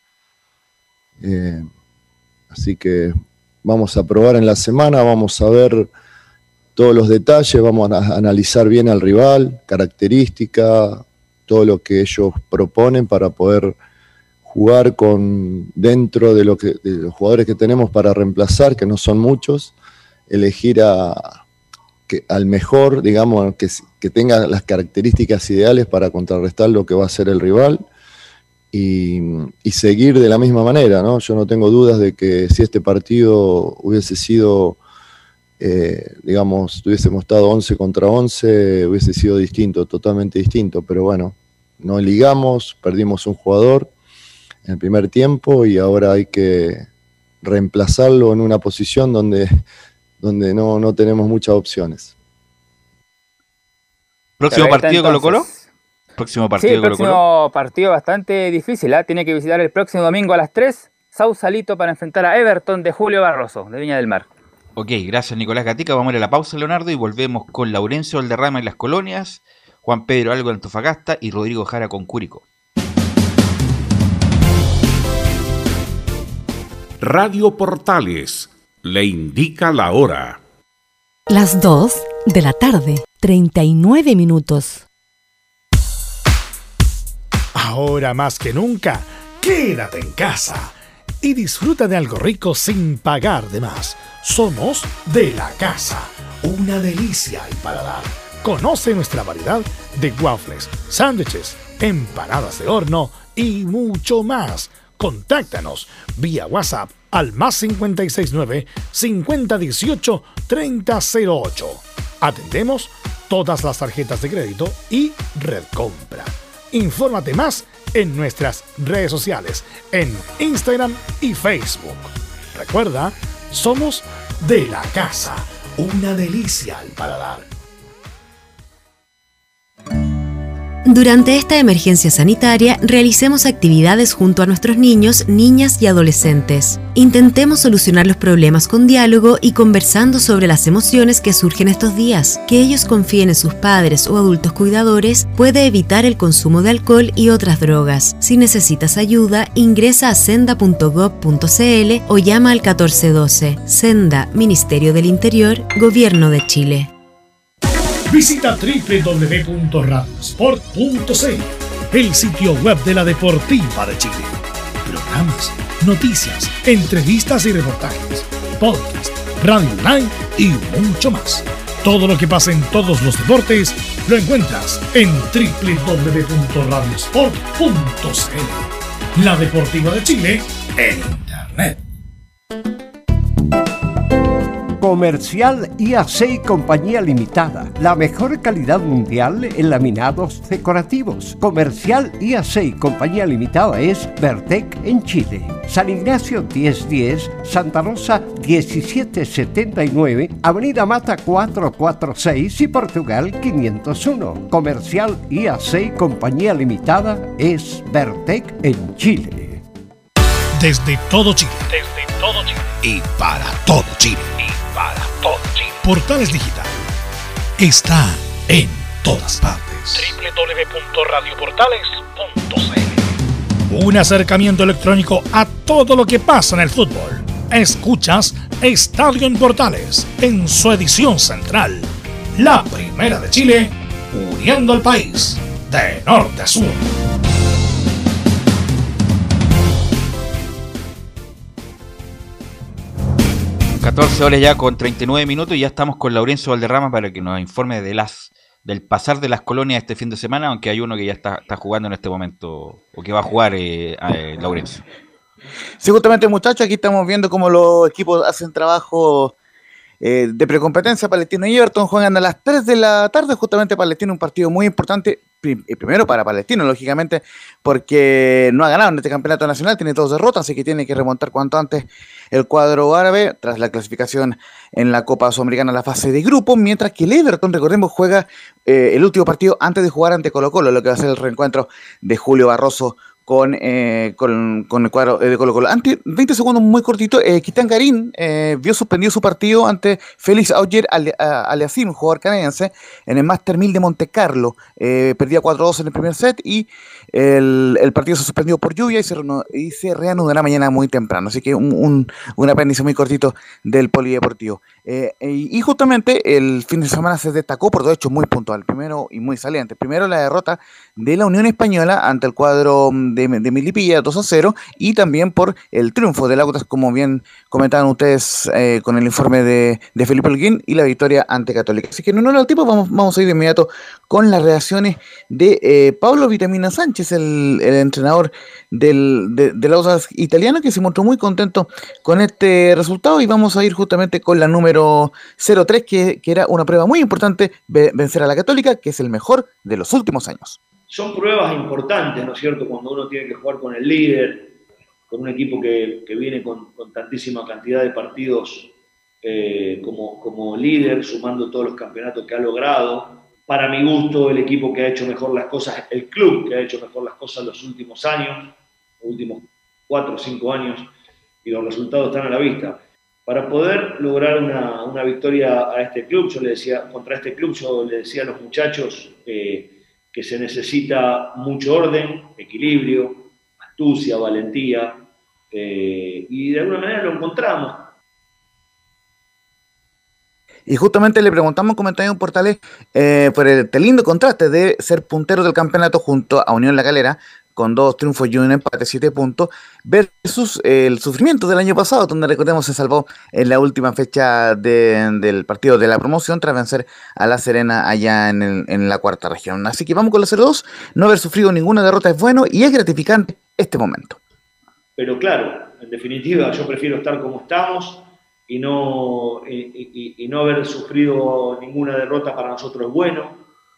así que vamos a probar en la semana, vamos a ver todos los detalles, vamos a analizar bien al rival, característica, todo lo que ellos proponen para poder jugar dentro de los jugadores que tenemos para reemplazar, que no son muchos, elegir al mejor, digamos, que tenga las características ideales para contrarrestar lo que va a ser el rival. y seguir de la misma manera, ¿no? Yo no tengo dudas de que si este partido hubiese sido, digamos, hubiésemos estado 11 contra 11, hubiese sido distinto, totalmente distinto, pero bueno, no ligamos, perdimos un jugador en el primer tiempo y ahora hay que reemplazarlo en una posición donde no tenemos muchas opciones. ¿Próximo partido Colo-Colo? Próximo partido sí, próximo partido bastante difícil, ¿eh? Tiene que visitar el próximo domingo a las 3, Sausalito, para enfrentar a Everton de Julio Barroso, de Viña del Mar. Ok, gracias Nicolás Gatica, vamos a ir a la pausa, Leonardo, y volvemos con Laurencio Valderrama y las Colonias, Juan Pedro Algo de Antofagasta y Rodrigo Jara con Curicó. Radio Portales le indica la hora. Las 2 de la tarde, 39 minutos. Ahora más que nunca, quédate en casa y disfruta de algo rico sin pagar de más. Somos de la casa, una delicia al paladar. Conoce nuestra variedad de waffles, sándwiches, empanadas de horno y mucho más. Contáctanos vía WhatsApp al +569 5018 3008. Atendemos todas las tarjetas de crédito y Red Compra. Infórmate más en nuestras redes sociales, en Instagram y Facebook. Recuerda, somos de la casa, una delicia al paladar. Durante esta emergencia sanitaria, realicemos actividades junto a nuestros niños, niñas y adolescentes. Intentemos solucionar los problemas con diálogo y conversando sobre las emociones que surgen estos días. Que ellos confíen en sus padres o adultos cuidadores puede evitar el consumo de alcohol y otras drogas. Si necesitas ayuda, ingresa a senda.gov.cl o llama al 1412. Senda, Ministerio del Interior, Gobierno de Chile. Visita www.radiosport.cl, el sitio web de la Deportiva de Chile. Programas, noticias, entrevistas y reportajes, podcast, radio online y mucho más. Todo lo que pasa en todos los deportes lo encuentras en www.radiosport.cl. La Deportiva de Chile en Internet. Comercial IAC y Compañía Limitada. La mejor calidad mundial en laminados decorativos. Comercial IAC y Compañía Limitada es Vertec en Chile. San Ignacio 1010, Santa Rosa 1779, Avenida Mata 446 y Portugal 501. Comercial IAC y Compañía Limitada es Vertec en Chile. Desde todo Chile. Y para todo Chile. Portales Digital está en todas partes. www.radioportales.cl. Un acercamiento electrónico a todo lo que pasa en el fútbol. Escuchas Estadio en Portales en su edición central. La primera de Chile, uniendo al país de norte a sur. 14 horas ya con 39 minutos y ya estamos con Laurencio Valderrama para que nos informe del pasar de las colonias este fin de semana, aunque hay uno que ya está jugando en este momento, o que va a jugar Laurencio. Sí, justamente muchachos, aquí estamos viendo cómo los equipos hacen trabajo de precompetencia. Palestino y Everton juegan a las 3 de la tarde, justamente Palestino, un partido muy importante, primero para Palestino, lógicamente, porque no ha ganado en este campeonato nacional, tiene 2 derrotas, así que tiene que remontar cuanto antes el cuadro árabe, tras la clasificación en la Copa Sudamericana a la fase de grupo, mientras que el Everton, recordemos, juega el último partido antes de jugar ante Colo-Colo, lo que va a ser el reencuentro de Julio Barroso con el cuadro de Colo-Colo. Antes, 20 segundos muy cortito, Cristian Garín vio suspendido su partido ante Félix Auger-Aliassime, un jugador canadiense, en el Master 1000 de Monte Carlo. Perdía 4-2 en el primer set y el partido se suspendió por lluvia y se reanudará mañana muy temprano. Así que un apéndice muy cortito del polideportivo. Y justamente el fin de semana se destacó por 2 hechos muy puntuales. Primero y muy salientes. Primero, la derrota de la Unión Española ante el cuadro de Melipilla 2-0, y también por el triunfo del Audax, como bien comentaban ustedes con el informe de Felipe Holguín, y la victoria ante Católica. Así que en honor al tiempo vamos a ir de inmediato con las reacciones de Pablo Vitamina Sánchez, el entrenador del Audax italiano, que se mostró muy contento con este resultado, y vamos a ir justamente con la número 03, que era una prueba muy importante, vencer a la Católica, que es el mejor de los últimos años. Son pruebas importantes, ¿no es cierto?, cuando uno tiene que jugar con el líder, con un equipo que viene con tantísima cantidad de partidos como líder, sumando todos los campeonatos que ha logrado. Para mi gusto, el equipo que ha hecho mejor las cosas, el club que ha hecho mejor las cosas los últimos años, los últimos 4 o 5 años, y los resultados están a la vista. Para poder lograr una victoria a este club, contra este club, yo le decía a los muchachos que se necesita mucho orden, equilibrio, astucia, valentía, y de alguna manera lo encontramos. Y justamente le preguntamos en comentarios en Portales por este lindo contraste de ser puntero del campeonato junto a Unión La Calera, con 2 triunfos y un empate, 7 puntos, versus el sufrimiento del año pasado, donde recordemos se salvó en la última fecha del partido de la promoción tras vencer a La Serena allá en la 4ª región. Así que vamos con la 0-2, no haber sufrido ninguna derrota es bueno y es gratificante este momento. Pero claro, en definitiva yo prefiero estar como estamos y no haber sufrido ninguna derrota. Para nosotros es bueno.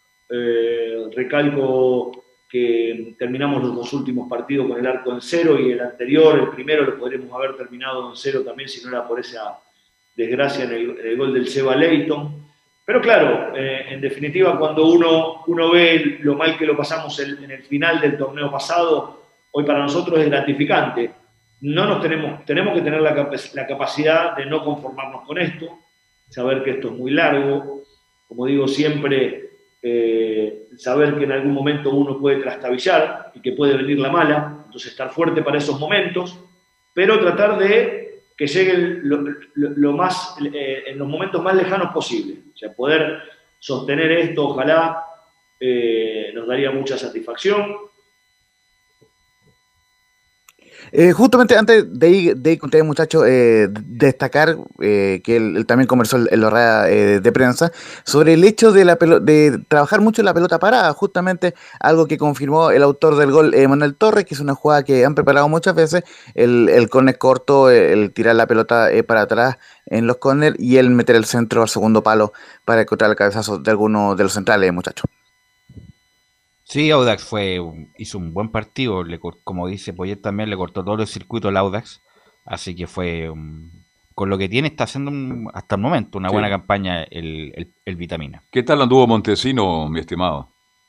Recalco que terminamos los 2 últimos partidos con el arco en 0, y el anterior, el primero, lo podríamos haber terminado en 0 también si no era por esa desgracia en el gol del Seba Leighton. Pero claro, en definitiva, cuando uno ve lo mal que lo pasamos en el final del torneo pasado, hoy para nosotros es gratificante. Tenemos que tener la capacidad de no conformarnos con esto, saber que esto es muy largo, como digo siempre, saber que en algún momento uno puede trastabillar y que puede venir la mala, entonces estar fuerte para esos momentos, pero tratar de que lleguen en los momentos más lejanos posible. O sea, poder sostener esto, ojalá, nos daría mucha satisfacción. Justamente antes de ir con ustedes, muchachos, destacar que él también conversó en la rueda de prensa sobre el hecho de trabajar mucho en la pelota parada, justamente algo que confirmó el autor del gol, Manuel Torres, que es una jugada que han preparado muchas veces, el córner corto, el tirar la pelota para atrás en los córner y el meter el centro al segundo palo para encontrar el cabezazo de alguno de los centrales, muchachos. Sí, Audax hizo un buen partido, como dice Poyet también, le cortó todo el circuito al Audax, así que con lo que tiene está haciendo hasta el momento una buena campaña el Vitamina. ¿Qué tal anduvo Montesino, mi estimado?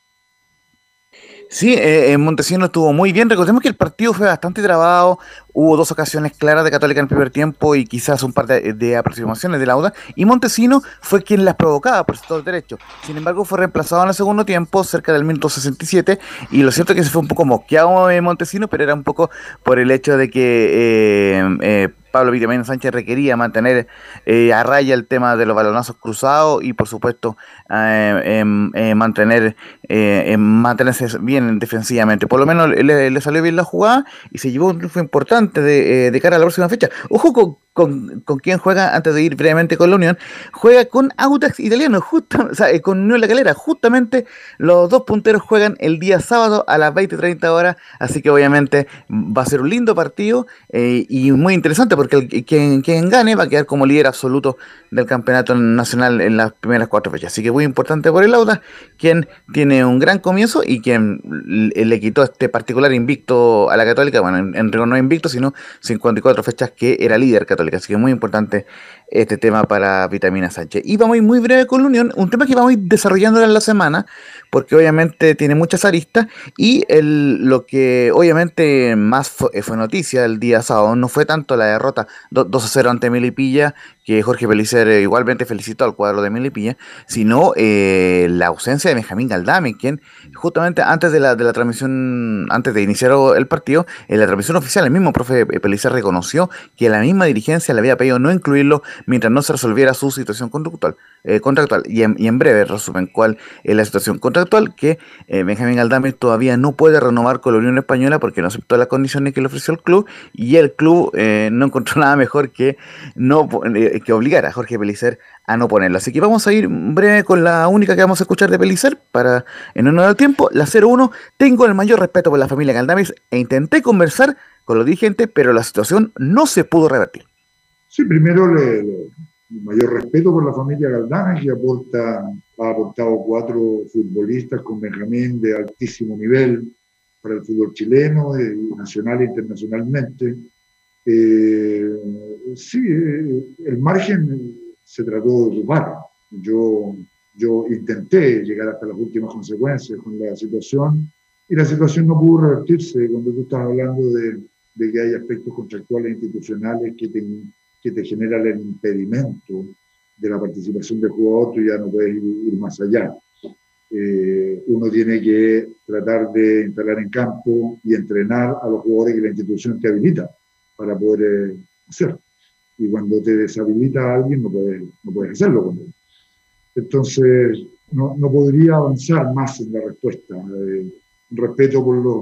Sí, Montesino estuvo muy bien. Recordemos que el partido fue bastante trabado. Hubo 2 ocasiones claras de Católica en el primer tiempo y quizás un par de aproximaciones de Audax. Y Montesino fue quien las provocaba por sector derecho. Sin embargo, fue reemplazado en el segundo tiempo, cerca del minuto 67. Y lo cierto es que se fue un poco mosqueado Montesino, pero era un poco por el hecho de que Pablo Vitamina Sánchez requería mantener a raya el tema de los balonazos cruzados y por supuesto mantenerse bien defensivamente. Por lo menos le salió bien la jugada y se llevó un triunfo importante de cara a la próxima fecha. Ojo con quién juega, antes de ir brevemente con la Unión, juega con Audax Italiano, con Unión La Calera. Justamente los 2 punteros juegan el día sábado a las 20:30 horas, así que obviamente va a ser un lindo partido y muy interesante, porque quien gane va a quedar como líder absoluto del campeonato nacional en las primeras 4 fechas. Así que muy importante por el Audax, quien tiene un gran comienzo y quien le quitó este particular invicto a la Católica. Bueno, en rigor no invicto, sino 54 fechas que era líder Católica. Así que muy importante este tema para Vitamina Sánchez. Y vamos a ir muy breve con la Unión, un tema que vamos a ir desarrollando en la semana, porque obviamente tiene muchas aristas, y lo que obviamente más fue noticia el día sábado no fue tanto la derrota 2-0 ante Melipilla, que Jorge Pellicer igualmente felicitó al cuadro de Melipilla, sino la ausencia de Benjamín Galdame, quien justamente antes de la transmisión, antes de iniciar el partido, en la transmisión oficial, el mismo profe Pellicer reconoció que la misma dirigencia le había pedido no incluirlo mientras no se resolviera su situación contractual. Y en breve resumen cuál es la situación contractual, que Benjamín Galdames todavía no puede renovar con la Unión Española porque no aceptó las condiciones que le ofreció el club, y el club no encontró nada mejor que obligar a Jorge Pellicer a no ponerlo. Así que vamos a ir breve con la única que vamos a escuchar de Pellicer para en honor al tiempo, la 0-1. Tengo el mayor respeto por la familia Galdames e intenté conversar con los dirigentes, pero la situación no se pudo revertir. Sí, primero el mayor respeto por la familia Galdames, que ha aportado 4 futbolistas con Benjamín de altísimo nivel para el fútbol chileno, nacional e internacionalmente. Sí, el margen se trató de ocupar. Yo intenté llegar hasta las últimas consecuencias con la situación, y la situación no pudo revertirse. Cuando tú estás hablando de que hay aspectos contractuales e institucionales que te generan el impedimento de la participación del jugador, tú ya no puedes ir más allá. Uno tiene que tratar de instalar en campo y entrenar a los jugadores que la institución te habilita para poder hacer. Y cuando te deshabilita a alguien, no puedes hacerlo con él. Entonces, no podría avanzar más en la respuesta. Respeto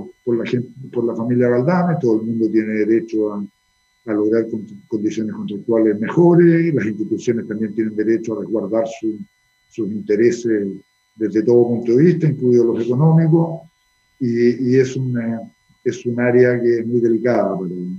por la familia Galdames, todo el mundo tiene derecho a lograr condiciones contractuales mejores, las instituciones también tienen derecho a resguardar sus intereses desde todo punto de vista, incluidos los económicos, y es un área que es muy delicada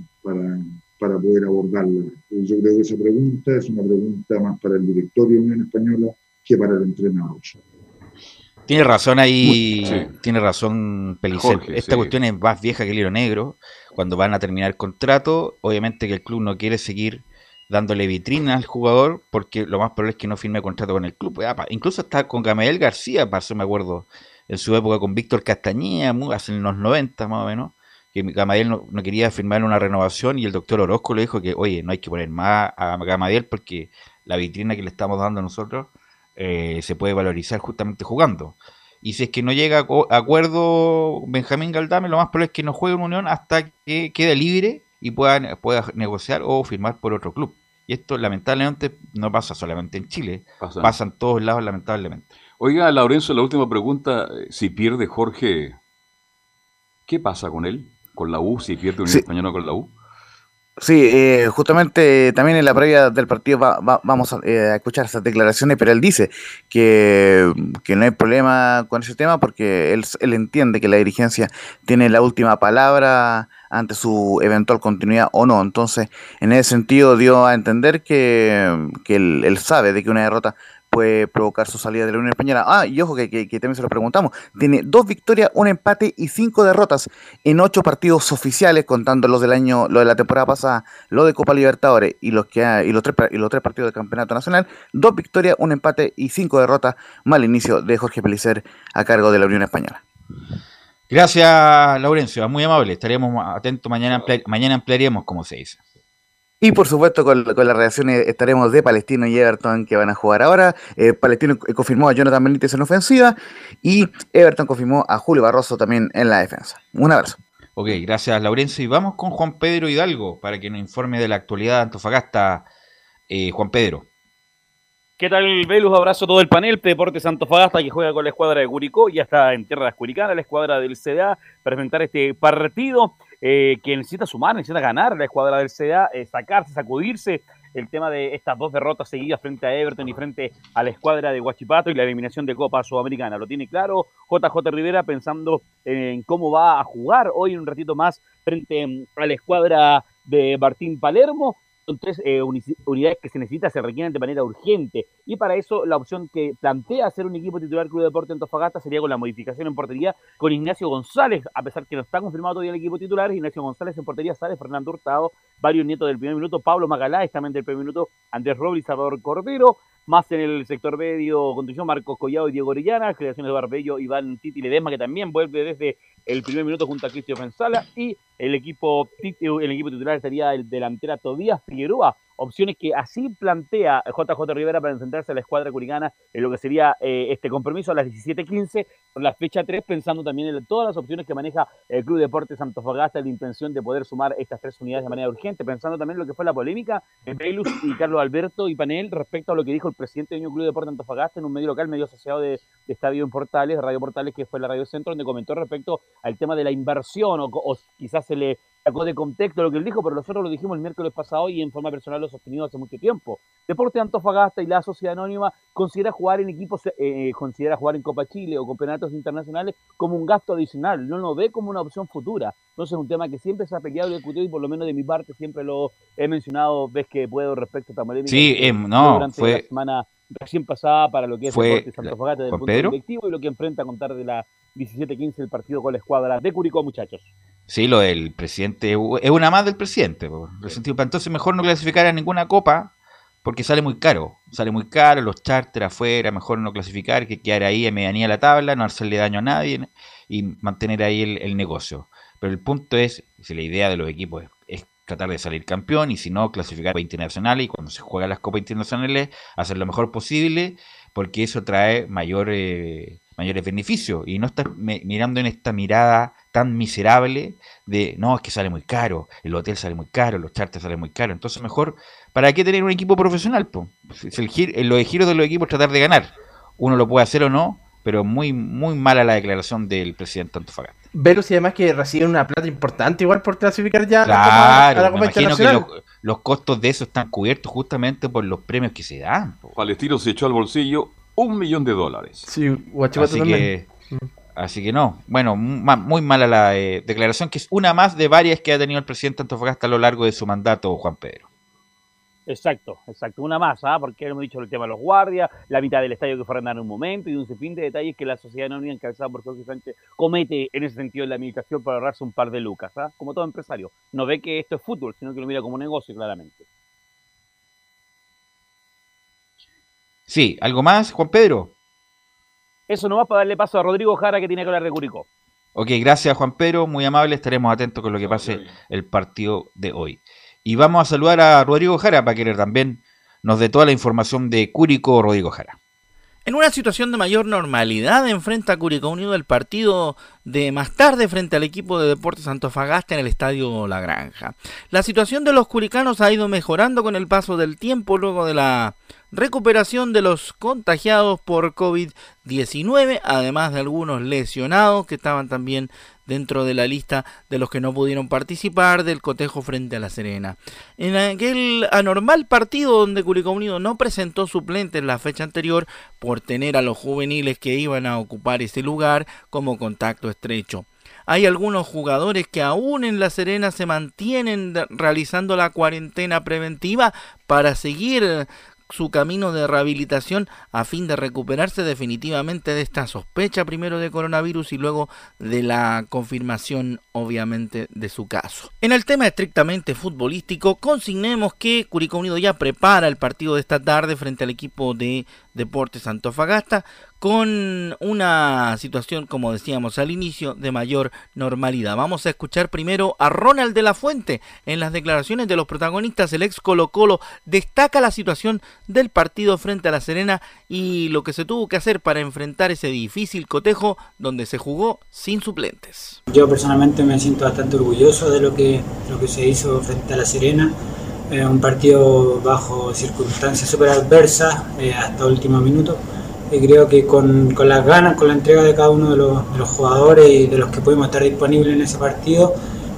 para poder abordarla. Yo creo que esa pregunta es una pregunta más para el directorio de Unión Española que para el entrenador. Tiene razón ahí, Sí. Tiene razón Pellicer. Jorge, Esta sí. cuestión es más vieja que el hilo negro. Cuando van a terminar el contrato, obviamente que el club no quiere seguir dándole vitrina al jugador, porque lo más probable es que no firme contrato con el club. Incluso hasta con Gamaliel García pasó, me acuerdo, en su época con Víctor Castañeda, hace en los 90 más o menos, que Gamaliel no quería firmar una renovación, y el doctor Orozco le dijo que, oye, no hay que poner más a Gamaliel porque la vitrina que le estamos dando a nosotros se puede valorizar justamente jugando. Y si es que no llega a acuerdo Benjamín Galdames, lo más probable es que no juegue en Unión hasta que quede libre y pueda negociar o firmar por otro club. Y esto lamentablemente no pasa solamente en Chile, pasa en todos lados lamentablemente. Oiga, Laurencio, la última pregunta. Si pierde Jorge, ¿qué pasa con él? ¿Con la U? Si pierde Unión Española con la U. Sí, justamente también en la previa del partido vamos a escuchar esas declaraciones, pero él dice que no hay problema con ese tema porque él entiende que la dirigencia tiene la última palabra ante su eventual continuidad o no. Entonces, en ese sentido dio a entender que él sabe de que una derrota puede provocar su salida de la Unión Española. Y ojo que también se lo preguntamos. Tiene 2 victorias, 1 empate y 5 derrotas en 8 partidos oficiales, contando los del año, lo de la temporada pasada, lo de Copa Libertadores y los 3 partidos del Campeonato Nacional. 2 victorias, 1 empate y 5 derrotas. Mal inicio de Jorge Pellicer a cargo de la Unión Española. Gracias, Laurencio, muy amable. Estaremos atentos, mañana ampliaremos, como se dice. Y por supuesto con las reacciones estaremos de Palestino y Everton, que van a jugar ahora. Palestino confirmó a Jonathan Benítez en ofensiva y Everton confirmó a Julio Barroso también en la defensa. Un abrazo. Ok, gracias, Laurencio. Y vamos con Juan Pedro Hidalgo para que nos informe de la actualidad de Antofagasta. Juan Pedro. ¿Qué tal, Velus? Abrazo a todo el panel. Deportes Antofagasta, que juega con la escuadra de Curicó. Ya está en tierras curicanas la escuadra del CDA para enfrentar este partido que necesita sumar, necesita ganar la escuadra del CDA, sacarse, sacudirse el tema de estas 2 derrotas seguidas frente a Everton y frente a la escuadra de Huachipato y la eliminación de Copa Sudamericana. Lo tiene claro JJ Rivera, pensando en cómo va a jugar hoy un ratito más frente a la escuadra de Martín Palermo. Son 3 unidades que se requieren de manera urgente, y para eso la opción que plantea hacer un equipo titular Club Deportes Antofagasta sería con la modificación en portería con Ignacio González, a pesar que no está confirmado todavía el equipo titular. Ignacio González en portería, sale Fernando Hurtado, varios nietos del primer minuto, Pablo Magaláes también del primer minuto, Andrés Robles y Salvador Cordero. Más en el sector medio, conducción Marcos Collado y Diego Orellana, creaciones de Barbello, Iván Titi Ledesma, que también vuelve desde el primer minuto junto a Cristian Fensala, y el equipo titular estaría el delantera Tobías Figueroa, opciones que así plantea JJ Rivera para enfrentarse a la escuadra curicana en lo que sería este compromiso a las 17:15 por la fecha 3, pensando también en todas las opciones que maneja el Club Deportes Antofagasta, la intención de poder sumar estas 3 unidades de manera urgente, pensando también en lo que fue la polémica entre Ilus y Carlos Alberto y Panel respecto a lo que dijo el presidente del Club Deportes Antofagasta en un medio local, medio asociado de Estadio en Portales, Radio Portales, que fue la Radio Centro, donde comentó respecto al tema de la inversión o quizás se le sacó de contexto lo que él dijo, pero nosotros lo dijimos el miércoles pasado y en forma personal lo sostenido hace mucho tiempo. Deportes Antofagasta y la Sociedad Anónima considera jugar en equipos, considera jugar en Copa Chile o campeonatos internacionales como un gasto adicional, no lo ve como una opción futura. Entonces es un tema que siempre se ha peleado y discutido y por lo menos de mi parte siempre lo he mencionado, ves que puedo respecto a Tamaremi. Sí, durante fue... la semana recién pasada para lo que es Deportes Antofagasta desde el punto Pedro directivo y lo que enfrenta a contar de la 17:15 el partido con la escuadra de Curicó, muchachos. Sí, lo del presidente es una más del presidente. Entonces mejor no clasificar a ninguna copa porque sale muy caro, los charters afuera, mejor no clasificar, que quedar ahí a medianía de la tabla, no hacerle daño a nadie y mantener ahí el negocio. Pero el punto es, si la idea de los equipos es tratar de salir campeón y si no, clasificar a copas internacionales y cuando se juegan las copas internacionales, hacer lo mejor posible porque eso trae mayores beneficios y no estar mirando en esta mirada tan miserable de no, es que sale muy caro, el hotel sale muy caro, los charters salen muy caros, entonces mejor, ¿para qué tener un equipo profesional? Los giros de los equipos tratar de ganar, uno lo puede hacer o no, pero muy mala la declaración del presidente Antofagasta. Velus y además que reciben una plata importante igual por clasificar ya a la Copa Internacional. Que los costos de eso están cubiertos justamente por los premios que se dan. Palestino se echó al bolsillo $1 millón. Sí, Guachipato también. Así que no, bueno, muy mala la declaración, que es una más de varias que ha tenido el presidente Antofagasta a lo largo de su mandato, Juan Pedro. Exacto, una más, porque hemos dicho el tema de los guardias, la mitad del estadio que fue arrendado en un momento y un sinfín de detalles que la sociedad anónima encabezada por Jorge Sánchez comete en ese sentido en la administración para ahorrarse un par de lucas, como todo empresario. No ve que esto es fútbol, sino que lo mira como un negocio claramente. Sí, ¿algo más, Juan Pedro? Eso nomás para darle paso a Rodrigo Jara que tiene que hablar de Curicó. Ok, gracias Juan Pedro, muy amable, estaremos atentos con lo que pase el partido de hoy. Y vamos a saludar a Rodrigo Jara para que también nos dé toda la información de Curicó. Rodrigo Jara. En una situación de mayor normalidad enfrenta a Curicó Unido el partido de más tarde frente al equipo de Deportes Antofagasta en el Estadio La Granja. La situación de los curicanos ha ido mejorando con el paso del tiempo luego de la recuperación de los contagiados por COVID-19, además de algunos lesionados que estaban también dentro de la lista de los que no pudieron participar del cotejo frente a La Serena. En aquel anormal partido donde Curicó Unido no presentó suplentes la fecha anterior por tener a los juveniles que iban a ocupar ese lugar como contacto estrecho. Hay algunos jugadores que aún en La Serena se mantienen realizando la cuarentena preventiva para seguir su camino de rehabilitación a fin de recuperarse definitivamente de esta sospecha primero de coronavirus y luego de la confirmación obviamente de su caso. En el tema estrictamente futbolístico, consignemos que Curicó Unido ya prepara el partido de esta tarde frente al equipo de Deportes Antofagasta con una situación, como decíamos al inicio, de mayor normalidad. Vamos a escuchar primero a Ronald de la Fuente. En las declaraciones de los protagonistas, el ex Colo-Colo destaca la situación del partido frente a La Serena y lo que se tuvo que hacer para enfrentar ese difícil cotejo donde se jugó sin suplentes. Yo personalmente me siento bastante orgulloso de lo que se hizo frente a La Serena. Un partido bajo circunstancias súper adversas hasta último minuto. Y creo que con las ganas, con la entrega de cada uno de los jugadores y de los que pudimos estar disponibles en ese partido,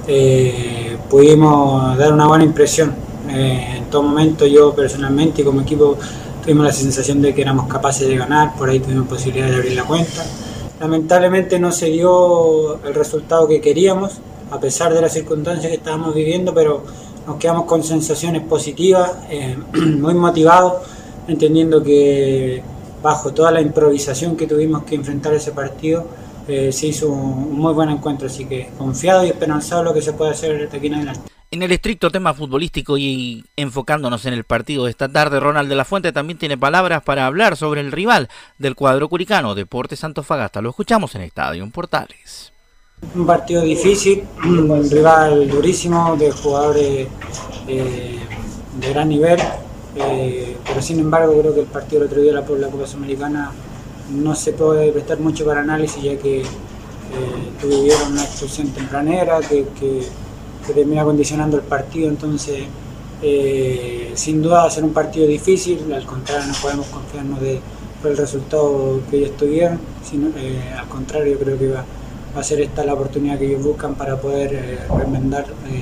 pudimos dar una buena impresión. En todo momento yo personalmente y como equipo tuvimos la sensación de que éramos capaces de ganar, por ahí tuvimos posibilidad de abrir la cuenta. Lamentablemente no se dio el resultado que queríamos, a pesar de las circunstancias que estábamos viviendo, pero nos quedamos con sensaciones positivas, muy motivados, entendiendo que bajo toda la improvisación que tuvimos que enfrentar ese partido, se hizo un muy buen encuentro, así que confiado y esperanzado en lo que se puede hacer de aquí en adelante. En el estricto tema futbolístico y enfocándonos en el partido de esta tarde, Ronald de la Fuente también tiene palabras para hablar sobre el rival del cuadro curicano, Deportes Antofagasta. Lo escuchamos en Estadio en Portales. Un partido difícil, un rival durísimo, de jugadores de gran nivel, pero sin embargo creo que el partido del otro día por la Copa Sudamericana no se puede prestar mucho para análisis, ya que tuvieron una expulsión tempranera que termina condicionando el partido. Entonces sin duda va a ser un partido difícil, al contrario no podemos confiarnos por el resultado que ellos tuvieron, sino, al contrario yo creo que va a ser esta la oportunidad que ellos buscan para poder remendar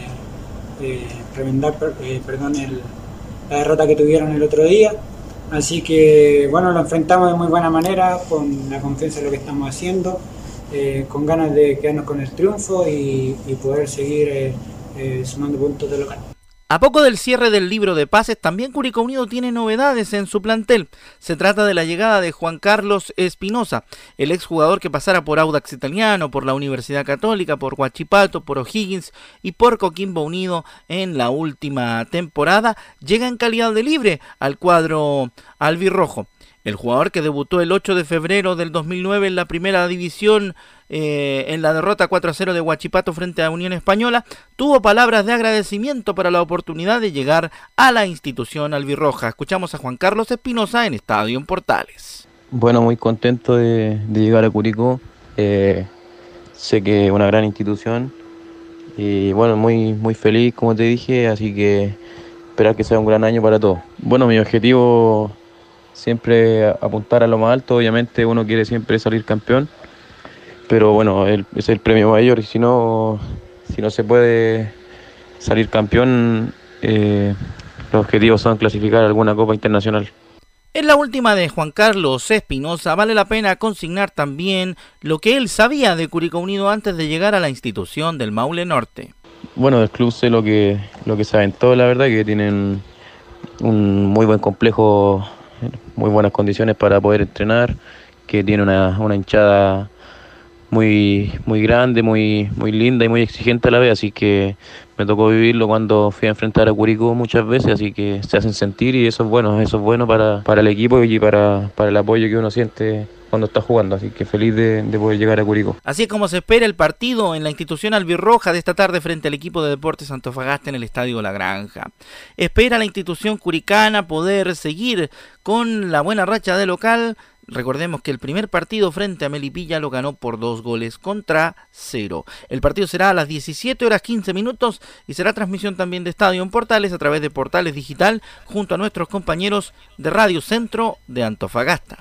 la derrota que tuvieron el otro día. Así que bueno, lo enfrentamos de muy buena manera, con la confianza en lo que estamos haciendo, con ganas de quedarnos con el triunfo y poder seguir sumando puntos de local. A poco del cierre del libro de pases, también Curicó Unido tiene novedades en su plantel. Se trata de la llegada de Juan Carlos Espinosa, el exjugador que pasara por Audax Italiano, por la Universidad Católica, por Huachipato, por O'Higgins y por Coquimbo Unido en la última temporada. Llega en calidad de libre al cuadro albirrojo. El jugador que debutó el 8 de febrero del 2009 en la primera división en la derrota 4-0 de Huachipato frente a Unión Española, tuvo palabras de agradecimiento para la oportunidad de llegar a la institución albirroja. Escuchamos a Juan Carlos Espinosa en Estadio Portales. Bueno, muy contento de llegar a Curicó. Sé que es una gran institución y bueno, muy feliz, como te dije, así que esperar que sea un gran año para todos. Bueno, mi objetivo siempre apuntar a lo más alto. Obviamente uno quiere siempre salir campeón, pero bueno, es el premio mayor, y si no se puede salir campeón, los objetivos son clasificar a alguna Copa Internacional. En la última de Juan Carlos Espinosa vale la pena consignar también lo que él sabía de Curicó Unido antes de llegar a la institución del Maule Norte. Bueno, del club sé lo que saben todos, la verdad, que tienen un muy buen complejo, muy buenas condiciones para poder entrenar, que tiene una hinchada muy grande, muy linda y muy exigente a la vez, así que me tocó vivirlo cuando fui a enfrentar a Curicó muchas veces, así que se hacen sentir y eso es bueno para el equipo y para el apoyo que uno siente cuando está jugando, así que feliz de poder llegar a Curicó. Así es como se espera el partido en la institución albirroja de esta tarde frente al equipo de Deportes Antofagasta en el Estadio La Granja. Espera la institución curicana poder seguir con la buena racha de local. Recordemos que el primer partido frente a Melipilla lo ganó por 2-0. El partido será a las 17:15 y será transmisión también de Estadio en Portales a través de Portales Digital junto a nuestros compañeros de Radio Centro de Antofagasta.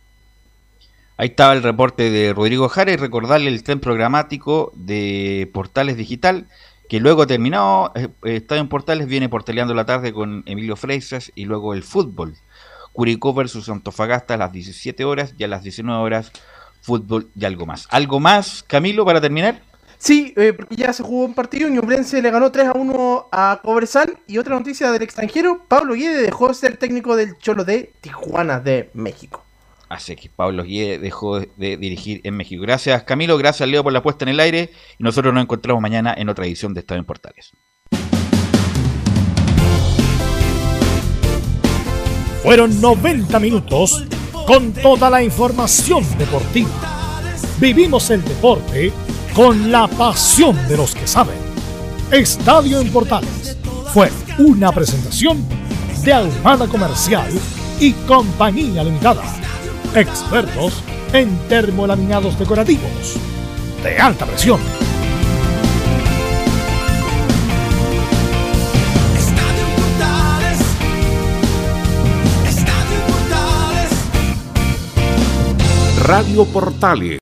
Ahí estaba el reporte de Rodrigo Jara y recordarle el tren programático de Portales Digital, que luego terminado Estadio en Portales, viene Portaleando la tarde con Emilio Freixas y luego el fútbol. Curicó versus Antofagasta a las 17 horas y a las 19 horas fútbol y algo más. ¿Algo más, Camilo, para terminar? Sí, porque ya se jugó un partido. Ñublense le ganó 3-1 a Cobresal. Y otra noticia del extranjero: Pablo Guede dejó de ser técnico del Cholo de Tijuana de México. Así que Pablo Guede dejó de dirigir en México. Gracias, Camilo. Gracias, Leo, por la puesta en el aire. Y nosotros nos encontramos mañana en otra edición de Estadio en Portales. Fueron 90 minutos con toda la información deportiva. Vivimos el deporte con la pasión de los que saben. Estadio en Portales fue una presentación de Ahumada Comercial y Compañía Limitada. Expertos en termolaminados decorativos de alta presión. Radio Portales.